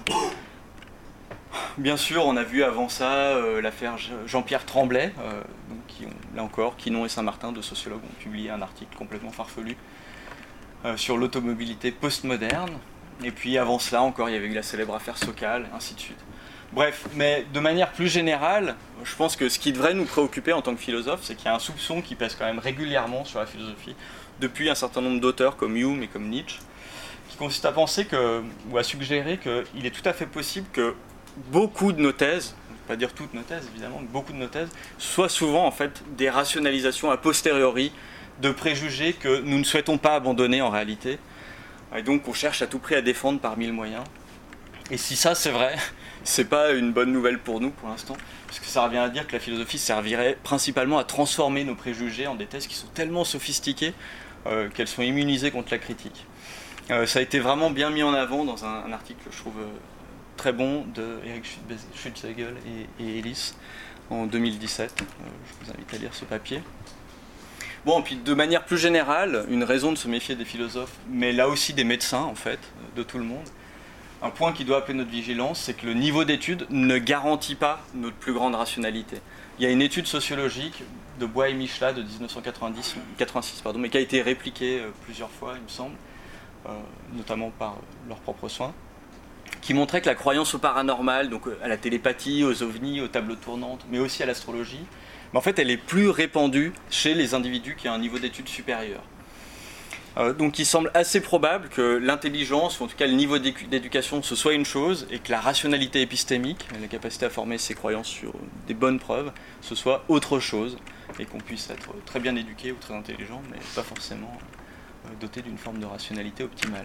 Bien sûr, on a vu avant ça l'affaire Jean-Pierre Tremblay, qui là encore, Quinon et Saint-Martin, deux sociologues, ont publié un article complètement farfelu sur l'automobilité postmoderne. Et puis avant cela encore, il y avait eu la célèbre affaire Sokal, ainsi de suite. Bref, mais de manière plus générale, je pense que ce qui devrait nous préoccuper en tant que philosophe, c'est qu'il y a un soupçon qui pèse quand même régulièrement sur la philosophie, depuis un certain nombre d'auteurs comme Hume et comme Nietzsche, qui consiste à penser ou à suggérer qu'il est tout à fait possible que beaucoup de nos thèses, je ne vais pas dire toutes nos thèses évidemment, mais beaucoup de nos thèses, soient souvent en fait des rationalisations a posteriori de préjugés que nous ne souhaitons pas abandonner en réalité, et donc on cherche à tout prix à défendre par mille moyens. Et si ça c'est vrai, c'est pas une bonne nouvelle pour nous pour l'instant, parce que ça revient à dire que la philosophie servirait principalement à transformer nos préjugés en des thèses qui sont tellement sophistiquées qu'elles sont immunisées contre la critique. Ça a été vraiment bien mis en avant dans un article que je trouve très bon de Eric Schützegel et Ellis en 2017. Je vous invite à lire ce papier. Bon, et puis de manière plus générale, une raison de se méfier des philosophes, mais là aussi des médecins en fait, de tout le monde. Un point qui doit appeler notre vigilance, c'est que le niveau d'étude ne garantit pas notre plus grande rationalité. Il y a une étude sociologique de Bois et Michelat de 1986, mais qui a été répliquée plusieurs fois, il me semble, notamment par leurs propres soins, qui montrait que la croyance au paranormal, donc à la télépathie, aux ovnis, aux tables tournantes, mais aussi à l'astrologie, mais en fait elle est plus répandue chez les individus qui ont un niveau d'études supérieur. Donc il semble assez probable que l'intelligence, ou en tout cas le niveau d'éducation, ce soit une chose, et que la rationalité épistémique, la capacité à former ses croyances sur des bonnes preuves, ce soit autre chose, et qu'on puisse être très bien éduqué ou très intelligent, mais pas forcément doté d'une forme de rationalité optimale.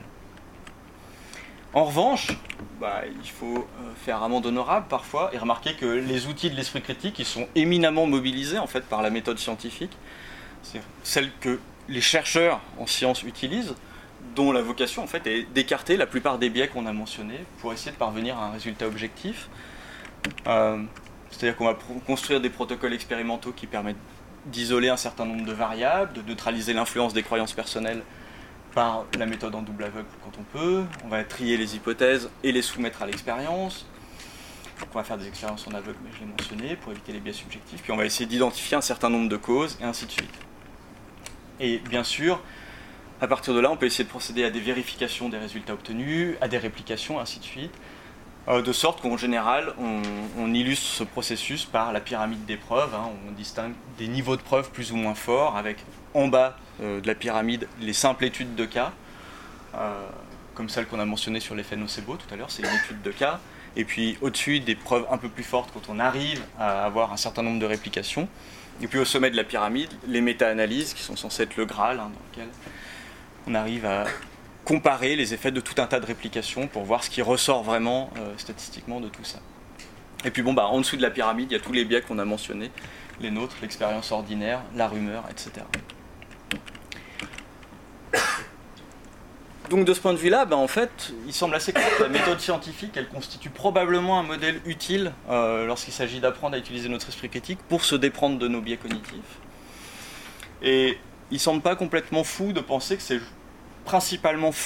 En revanche, il faut faire amende honorable parfois et remarquer que les outils de l'esprit critique ils sont éminemment mobilisés en fait, par la méthode scientifique, c'est celle que les chercheurs en sciences utilisent, dont la vocation en fait, est d'écarter la plupart des biais qu'on a mentionnés pour essayer de parvenir à un résultat objectif. C'est-à-dire qu'on va construire des protocoles expérimentaux qui permettent d'isoler un certain nombre de variables, de neutraliser l'influence des croyances personnelles par la méthode en double aveugle quand on peut. On va trier les hypothèses et les soumettre à l'expérience. Donc on va faire des expériences en aveugle, mais je l'ai mentionné, pour éviter les biais subjectifs. Puis on va essayer d'identifier un certain nombre de causes, et ainsi de suite. Et bien sûr, à partir de là, on peut essayer de procéder à des vérifications des résultats obtenus, à des réplications, ainsi de suite, de sorte qu'en général, on illustre ce processus par la pyramide des preuves. On distingue des niveaux de preuves plus ou moins forts, avec en bas de la pyramide les simples études de cas, comme celle qu'on a mentionnée sur l'effet nocebo tout à l'heure, c'est une étude de cas, et puis au-dessus des preuves un peu plus fortes quand on arrive à avoir un certain nombre de réplications, et puis au sommet de la pyramide, les méta-analyses qui sont censées être le Graal, dans lequel on arrive à comparer les effets de tout un tas de réplications pour voir ce qui ressort vraiment statistiquement de tout ça. Et puis en dessous de la pyramide, il y a tous les biais qu'on a mentionnés, les nôtres, l'expérience ordinaire, la rumeur, etc. Donc de ce point de vue-là, en fait, il semble assez clair que la méthode scientifique, elle constitue probablement un modèle utile lorsqu'il s'agit d'apprendre à utiliser notre esprit critique pour se déprendre de nos biais cognitifs. Et il ne semble pas complètement fou de penser que c'est principalement faute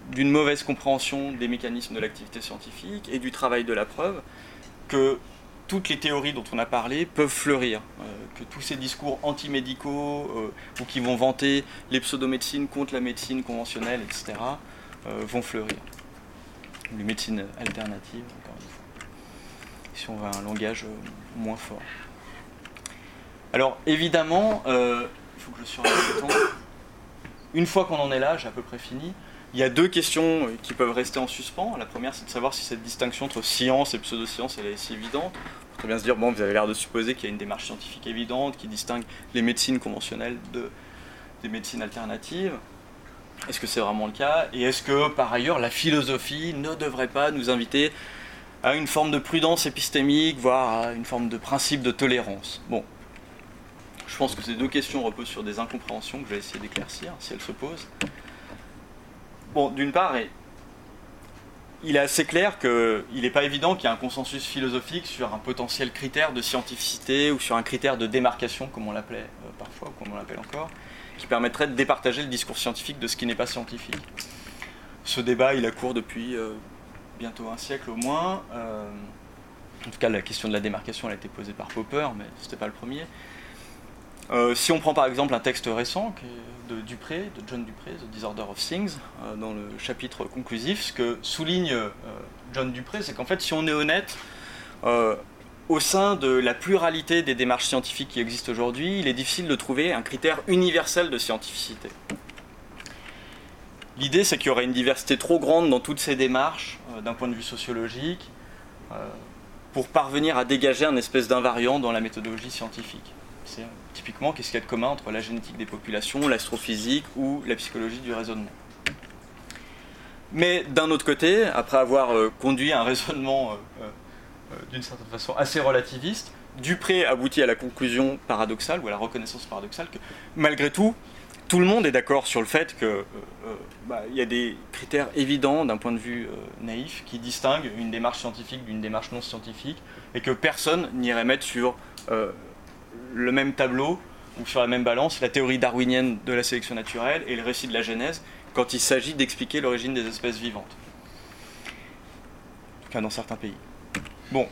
d'une mauvaise compréhension des mécanismes de l'activité scientifique et du travail de la preuve que toutes les théories dont on a parlé peuvent fleurir, que tous ces discours anti-médicaux ou qui vont vanter les pseudomédecines contre la médecine conventionnelle, etc., vont fleurir. Les médecines alternatives, encore une fois, si on va à un langage moins fort. Alors évidemment, il faut que je surveille le temps. Une fois qu'on en est là, j'ai à peu près fini. Il y a deux questions qui peuvent rester en suspens. La première, c'est de savoir si cette distinction entre science et pseudo-science elle est si évidente. On peut très bien se dire, bon, vous avez l'air de supposer qu'il y a une démarche scientifique évidente qui distingue les médecines conventionnelles des médecines alternatives. Est-ce que c'est vraiment le cas? Et est-ce que, par ailleurs, la philosophie ne devrait pas nous inviter à une forme de prudence épistémique, voire à une forme de principe de tolérance? Bon, je pense que ces deux questions reposent sur des incompréhensions que je vais essayer d'éclaircir, si elles se posent. Bon, d'une part, il est assez clair qu'il n'est pas évident qu'il y ait un consensus philosophique sur un potentiel critère de scientificité ou sur un critère de démarcation, comme on l'appelait parfois, ou comme on l'appelle encore, qui permettrait de départager le discours scientifique de ce qui n'est pas scientifique. Ce débat, il a cours depuis bientôt un siècle au moins. En tout cas, la question de la démarcation elle a été posée par Popper, mais ce n'était pas le premier. Si on prend par exemple un texte récent de John Dupré, The Disorder of Things, dans le chapitre conclusif, ce que souligne John Dupré, c'est qu'en fait, si on est honnête, au sein de la pluralité des démarches scientifiques qui existent aujourd'hui, il est difficile de trouver un critère universel de scientificité. L'idée, c'est qu'il y aurait une diversité trop grande dans toutes ces démarches, d'un point de vue sociologique, pour parvenir à dégager un espèce d'invariant dans la méthodologie scientifique. C'est typiquement qu'est-ce qu'il y a de commun entre la génétique des populations, l'astrophysique ou la psychologie du raisonnement. Mais d'un autre côté, après avoir conduit un raisonnement d'une certaine façon assez relativiste, Dupré aboutit à la conclusion paradoxale, ou à la reconnaissance paradoxale, que malgré tout, tout le monde est d'accord sur le fait qu'il y a des critères évidents d'un point de vue naïf qui distinguent une démarche scientifique d'une démarche non scientifique, et que personne n'irait mettre sur le même tableau ou sur la même balance la théorie darwinienne de la sélection naturelle et le récit de la Genèse quand il s'agit d'expliquer l'origine des espèces vivantes. En tout cas dans certains pays. Bon.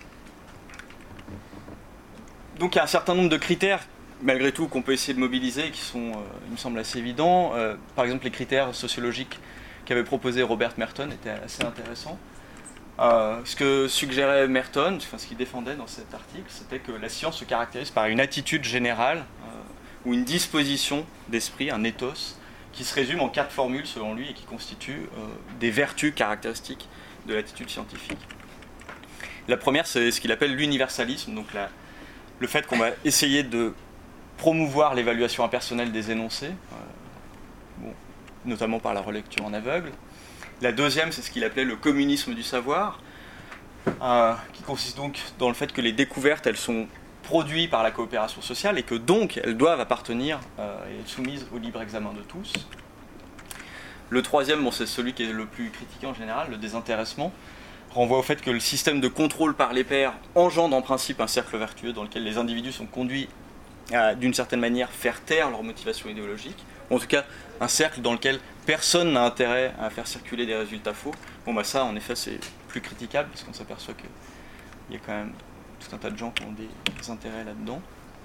Donc il y a un certain nombre de critères, malgré tout, qu'on peut essayer de mobiliser, qui sont, il me semble, assez évidents. Par exemple, les critères sociologiques qu'avait proposé Robert Merton étaient assez intéressants. Ce que suggérait Merton, enfin, ce qu'il défendait dans cet article, c'était que la science se caractérise par une attitude générale ou une disposition d'esprit, un ethos, qui se résume en 4 formules selon lui et qui constituent des vertus caractéristiques de l'attitude scientifique. La première, c'est ce qu'il appelle l'universalisme, donc le fait qu'on va essayer de promouvoir l'évaluation impersonnelle des énoncés, notamment par la relecture en aveugle. La deuxième, c'est ce qu'il appelait le communisme du savoir, qui consiste donc dans le fait que les découvertes, elles sont produites par la coopération sociale et que donc elles doivent appartenir et être soumises au libre examen de tous. Le troisième, c'est celui qui est le plus critiqué en général, le désintéressement, renvoie au fait que le système de contrôle par les pairs engendre en principe un cercle vertueux dans lequel les individus sont conduits à, d'une certaine manière, faire taire leur motivation idéologique, ou en tout cas un cercle dans lequel personne n'a intérêt à faire circuler des résultats faux. Ça, en effet, c'est plus critiquable, parce qu'on s'aperçoit qu'il y a quand même tout un tas de gens qui ont des intérêts là-dedans.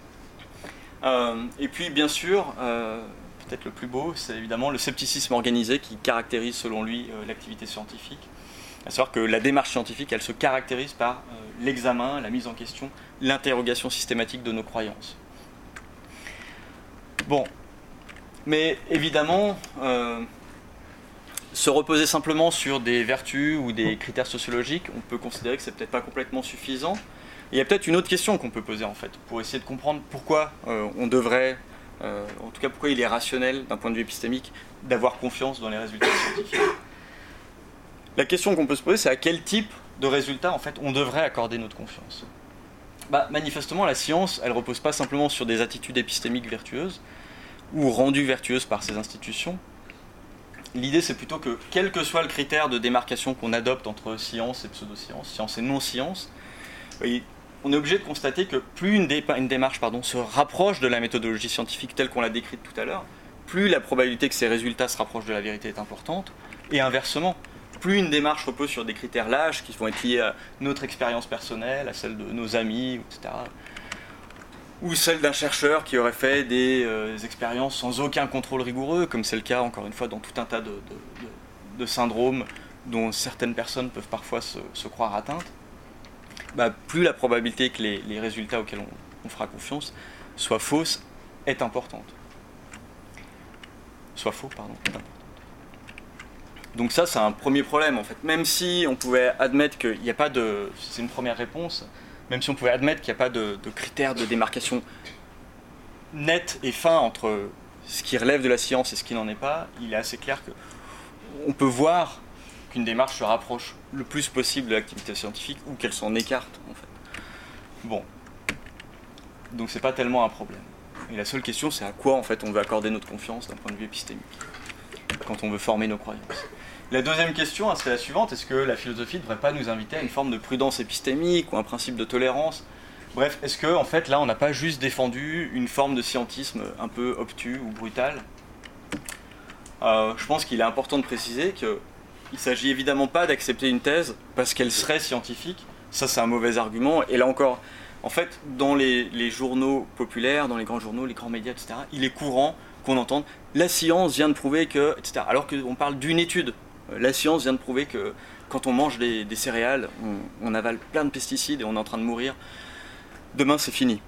Et puis, bien sûr, peut-être le plus beau, c'est évidemment le scepticisme organisé qui caractérise, selon lui, l'activité scientifique. À savoir que la démarche scientifique, elle se caractérise par l'examen, la mise en question, l'interrogation systématique de nos croyances. Bon, mais évidemment, se reposer simplement sur des vertus ou des critères sociologiques, on peut considérer que c'est peut-être pas complètement suffisant. Et il y a peut-être une autre question qu'on peut poser en fait, pour essayer de comprendre pourquoi on devrait, en tout cas pourquoi il est rationnel d'un point de vue épistémique, d'avoir confiance dans les résultats scientifiques. La question qu'on peut se poser, c'est à quel type de résultats en fait on devrait accorder notre confiance. Manifestement, la science, elle repose pas simplement sur des attitudes épistémiques vertueuses ou rendues vertueuses par ces institutions. L'idée, c'est plutôt que, quel que soit le critère de démarcation qu'on adopte entre science et pseudo-science, science et non-science, on est obligé de constater que plus une démarche se rapproche de la méthodologie scientifique telle qu'on l'a décrite tout à l'heure, plus la probabilité que ces résultats se rapprochent de la vérité est importante, Et inversement, plus une démarche repose sur des critères lâches qui vont être liés à notre expérience personnelle, à celle de nos amis, etc., ou celle d'un chercheur qui aurait fait des expériences sans aucun contrôle rigoureux, comme c'est le cas, encore une fois, dans tout un tas de syndromes dont certaines personnes peuvent parfois se croire atteintes, plus la probabilité que les résultats auxquels on fera confiance soient fausses est importante. Soit faux, pardon, est importante. Donc ça, c'est un premier problème, en fait. Même si on pouvait admettre qu'il n'y a pas de... C'est une première réponse. Même si on pouvait admettre qu'il n'y a pas de critères de démarcation net et fin entre ce qui relève de la science et ce qui n'en est pas, il est assez clair qu'on peut voir qu'une démarche se rapproche le plus possible de l'activité scientifique ou qu'elle s'en écarte, en fait. Bon. Donc c'est pas tellement un problème. Et la seule question, c'est à quoi, en fait, on veut accorder notre confiance d'un point de vue épistémique, quand on veut former nos croyances. La deuxième question, c'est la suivante. Est-ce que la philosophie ne devrait pas nous inviter à une forme de prudence épistémique ou un principe de tolérance ? Bref, est-ce que, en fait, là, on n'a pas juste défendu une forme de scientisme un peu obtus ou brutal ? Je pense qu'il est important de préciser qu'il ne s'agit évidemment pas d'accepter une thèse parce qu'elle serait scientifique. Ça, c'est un mauvais argument. Et là encore, en fait, dans les journaux populaires, dans les grands journaux, les grands médias, etc., il est courant qu'on entende « la science vient de prouver que… » etc. Alors qu'on parle d'une étude. La science vient de prouver que quand on mange des céréales, on avale plein de pesticides et on est en train de mourir. Demain, c'est fini.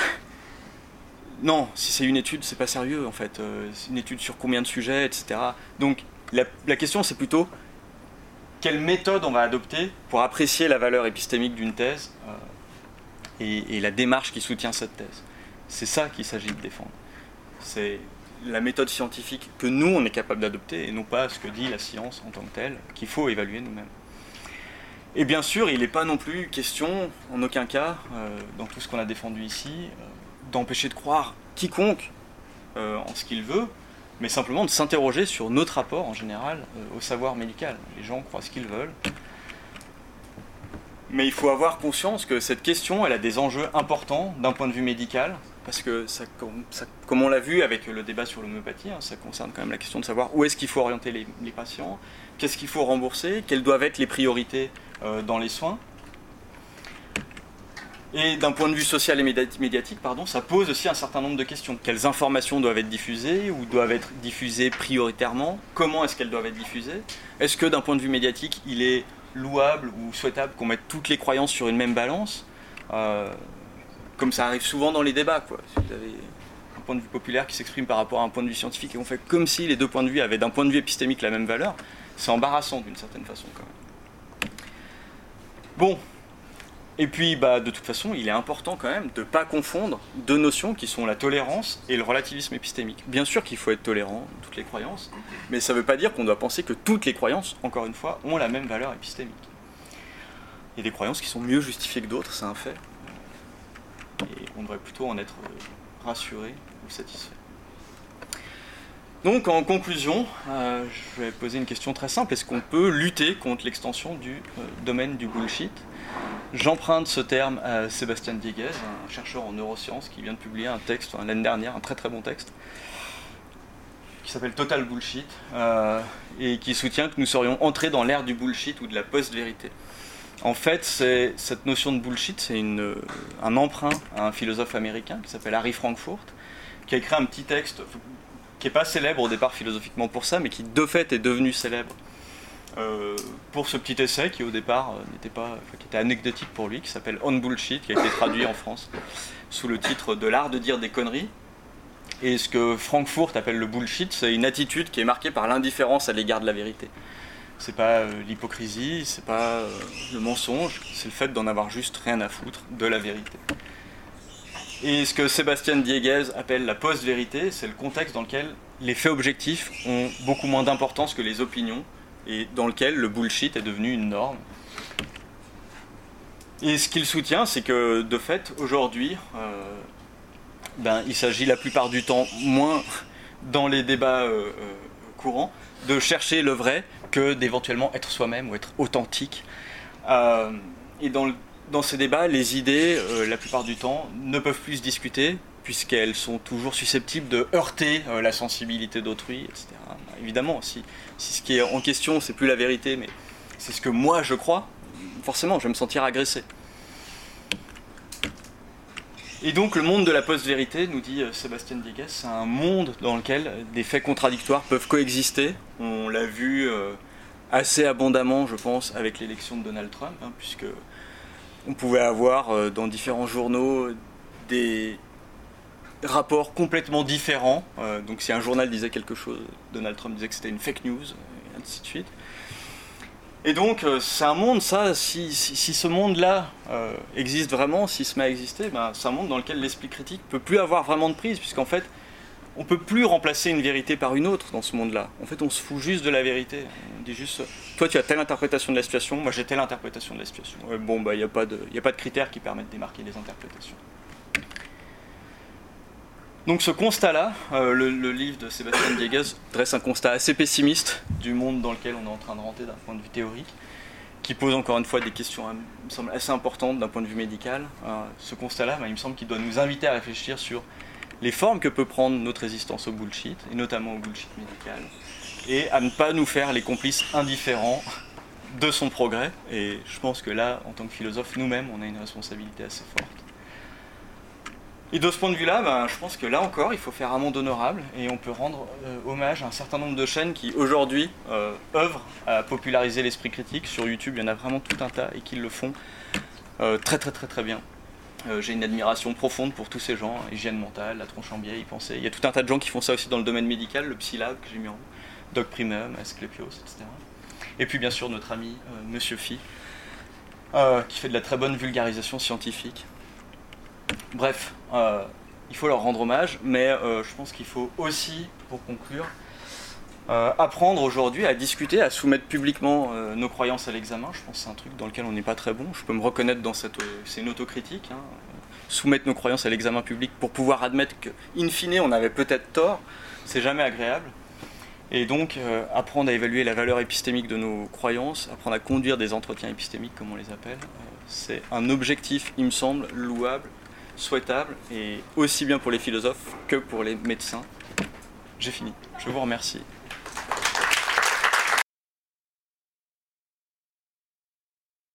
Non, si c'est une étude, c'est pas sérieux en fait. C'est une étude sur combien de sujets, etc. Donc la question, c'est plutôt quelle méthode on va adopter pour apprécier la valeur épistémique d'une thèse et la démarche qui soutient cette thèse. C'est ça qu'il s'agit de défendre. C'est la méthode scientifique que nous, on est capable d'adopter, et non pas ce que dit la science en tant que telle, qu'il faut évaluer nous-mêmes. Et bien sûr, il n'est pas non plus question, en aucun cas, dans tout ce qu'on a défendu ici, d'empêcher de croire quiconque en ce qu'il veut, mais simplement de s'interroger sur notre rapport, en général, au savoir médical. Les gens croient ce qu'ils veulent. Mais il faut avoir conscience que cette question, elle a des enjeux importants d'un point de vue médical, parce que, comme on l'a vu avec le débat sur l'homéopathie, ça concerne quand même la question de savoir où est-ce qu'il faut orienter les patients, qu'est-ce qu'il faut rembourser, quelles doivent être les priorités dans les soins. Et d'un point de vue social et médiatique, ça pose aussi un certain nombre de questions. Quelles informations doivent être diffusées ou doivent être diffusées prioritairement ? Comment est-ce qu'elles doivent être diffusées ? Est-ce que d'un point de vue médiatique, il est louable ou souhaitable qu'on mette toutes les croyances sur une même balance ? Comme ça arrive souvent dans les débats, quoi. Si vous avez un point de vue populaire qui s'exprime par rapport à un point de vue scientifique et on fait comme si les deux points de vue avaient d'un point de vue épistémique la même valeur, c'est embarrassant d'une certaine façon quand même. Bon, et puis de toute façon, il est important quand même de ne pas confondre deux notions qui sont la tolérance et le relativisme épistémique. Bien sûr qu'il faut être tolérant dans toutes les croyances, mais ça ne veut pas dire qu'on doit penser que toutes les croyances, encore une fois, ont la même valeur épistémique. Il y a des croyances qui sont mieux justifiées que d'autres, c'est un fait. Et on devrait plutôt en être rassuré ou satisfait. Donc en conclusion, je vais poser une question très simple. Est-ce qu'on peut lutter contre l'extension du domaine du bullshit ? J'emprunte ce terme à Sébastien Dieguez, un chercheur en neurosciences qui vient de publier un texte l'année dernière, un très très bon texte, qui s'appelle Total Bullshit, et qui soutient que nous serions entrés dans l'ère du bullshit ou de la post-vérité. En fait, cette notion de bullshit, c'est un emprunt à un philosophe américain qui s'appelle Harry Frankfurt, qui a écrit un petit texte qui n'est pas célèbre au départ philosophiquement pour ça, mais qui de fait est devenu célèbre pour ce petit essai qui au départ qui était anecdotique pour lui, qui s'appelle On Bullshit, qui a été traduit en France sous le titre de l'art de dire des conneries. Et ce que Frankfurt appelle le bullshit, c'est une attitude qui est marquée par l'indifférence à l'égard de la vérité. C'est pas l'hypocrisie, c'est pas le mensonge, c'est le fait d'en avoir juste rien à foutre de la vérité. Et ce que Sébastien Dieguez appelle la post-vérité, c'est le contexte dans lequel les faits objectifs ont beaucoup moins d'importance que les opinions, et dans lequel le bullshit est devenu une norme. Et ce qu'il soutient, c'est que de fait, aujourd'hui, il s'agit la plupart du temps moins, dans les débats courants, de chercher le vrai que d'éventuellement être soi-même ou être authentique. Et dans ces débats, les idées, la plupart du temps, ne peuvent plus se discuter puisqu'elles sont toujours susceptibles de heurter la sensibilité d'autrui, etc. Évidemment, si ce qui est en question, c'est plus la vérité, mais c'est ce que moi je crois, forcément, je vais me sentir agressé. Et donc le monde de la post-vérité, nous dit Sébastien Diegues, c'est un monde dans lequel des faits contradictoires peuvent coexister. On l'a vu assez abondamment, je pense, avec l'élection de Donald Trump, puisque on pouvait avoir dans différents journaux des rapports complètement différents. Donc si un journal disait quelque chose, Donald Trump disait que c'était une fake news, et ainsi de suite. Et donc c'est un monde, ça, si ce monde-là existe vraiment, s'il se met à exister, c'est un monde dans lequel l'esprit critique ne peut plus avoir vraiment de prise, puisqu'en fait, on ne peut plus remplacer une vérité par une autre dans ce monde-là. En fait, on se fout juste de la vérité. On dit juste, toi tu as telle interprétation de la situation, moi j'ai telle interprétation de la situation. Bon, il n'y a pas de critères qui permettent de démarquer les interprétations. Donc ce constat-là, le livre de Sébastien Diegues dresse un constat assez pessimiste du monde dans lequel on est en train de rentrer d'un point de vue théorique, qui pose encore une fois des questions, il me semble, assez importantes d'un point de vue médical. Ce constat-là, il me semble qu'il doit nous inviter à réfléchir sur les formes que peut prendre notre résistance au bullshit, et notamment au bullshit médical, et à ne pas nous faire les complices indifférents de son progrès. Et je pense que là, en tant que philosophe, nous-mêmes, on a une responsabilité assez forte. Et de ce point de vue-là, je pense que là encore, il faut faire un monde honorable et on peut rendre hommage à un certain nombre de chaînes qui, aujourd'hui, œuvrent à populariser l'esprit critique. Sur YouTube, il y en a vraiment tout un tas et qui le font très bien. J'ai une admiration profonde pour tous ces gens, Hygiène Mentale, La Tronche en Biais, Y Penser. Il y a tout un tas de gens qui font ça aussi dans le domaine médical, le Psylab que j'ai mis en haut, Doc Primum, Asclepios, etc. Et puis bien sûr notre ami Monsieur Phi, qui fait de la très bonne vulgarisation scientifique. Bref, il faut leur rendre hommage, mais je pense qu'il faut aussi, pour conclure, apprendre aujourd'hui à discuter, à soumettre publiquement nos croyances à l'examen. Je pense que c'est un truc dans lequel on n'est pas très bon. Je peux me reconnaître dans c'est une autocritique. Soumettre nos croyances à l'examen public pour pouvoir admettre qu'in fine, on avait peut-être tort, c'est jamais agréable. Et donc, apprendre à évaluer la valeur épistémique de nos croyances, apprendre à conduire des entretiens épistémiques, comme on les appelle, c'est un objectif, il me semble, louable, souhaitable, et aussi bien pour les philosophes que pour les médecins. J'ai fini. Je vous remercie.